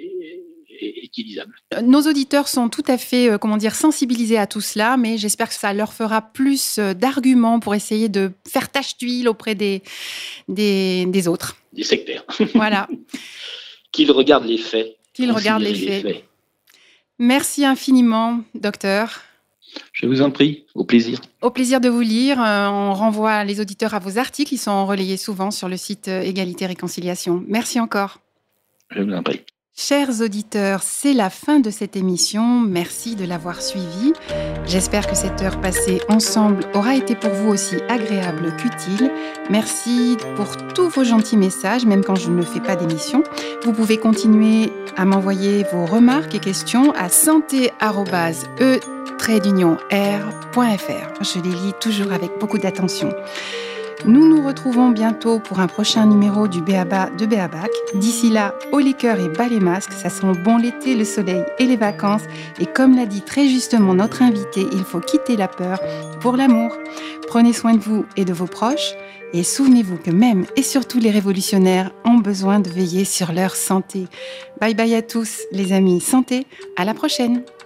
Speaker 2: utilisables.
Speaker 1: Nos auditeurs sont tout à fait, euh, comment dire, sensibilisés à tout cela, mais j'espère que ça leur fera plus euh, d'arguments pour essayer de faire tache d'huile auprès des, des, des autres.
Speaker 2: Des sectaires.
Speaker 1: Voilà.
Speaker 2: Qu'ils regardent les faits.
Speaker 1: Qu'ils regardent les faits. les faits. Merci infiniment, docteur.
Speaker 2: Je vous en prie, au plaisir.
Speaker 1: Au plaisir de vous lire. Euh, on renvoie les auditeurs à vos articles. Ils sont relayés souvent sur le site Égalité Réconciliation. Merci encore.
Speaker 2: Je vous en prie.
Speaker 1: Chers auditeurs, c'est la fin de cette émission. Merci de l'avoir suivie. J'espère que cette heure passée ensemble aura été pour vous aussi agréable qu'utile. Merci pour tous vos gentils messages, même quand je ne fais pas d'émission. Vous pouvez continuer à m'envoyer vos remarques et questions à santé arobase e trait d'union r point f r. Je les lis toujours avec beaucoup d'attention. Nous nous retrouvons bientôt pour un prochain numéro du Béaba de Béabac. D'ici là, haut les cœurs et bas les masques, ça sent bon l'été, le soleil et les vacances. Et comme l'a dit très justement notre invité, il faut quitter la peur pour l'amour. Prenez soin de vous et de vos proches. Et souvenez-vous que même et surtout les révolutionnaires ont besoin de veiller sur leur santé. Bye bye à tous les amis, santé, à la prochaine.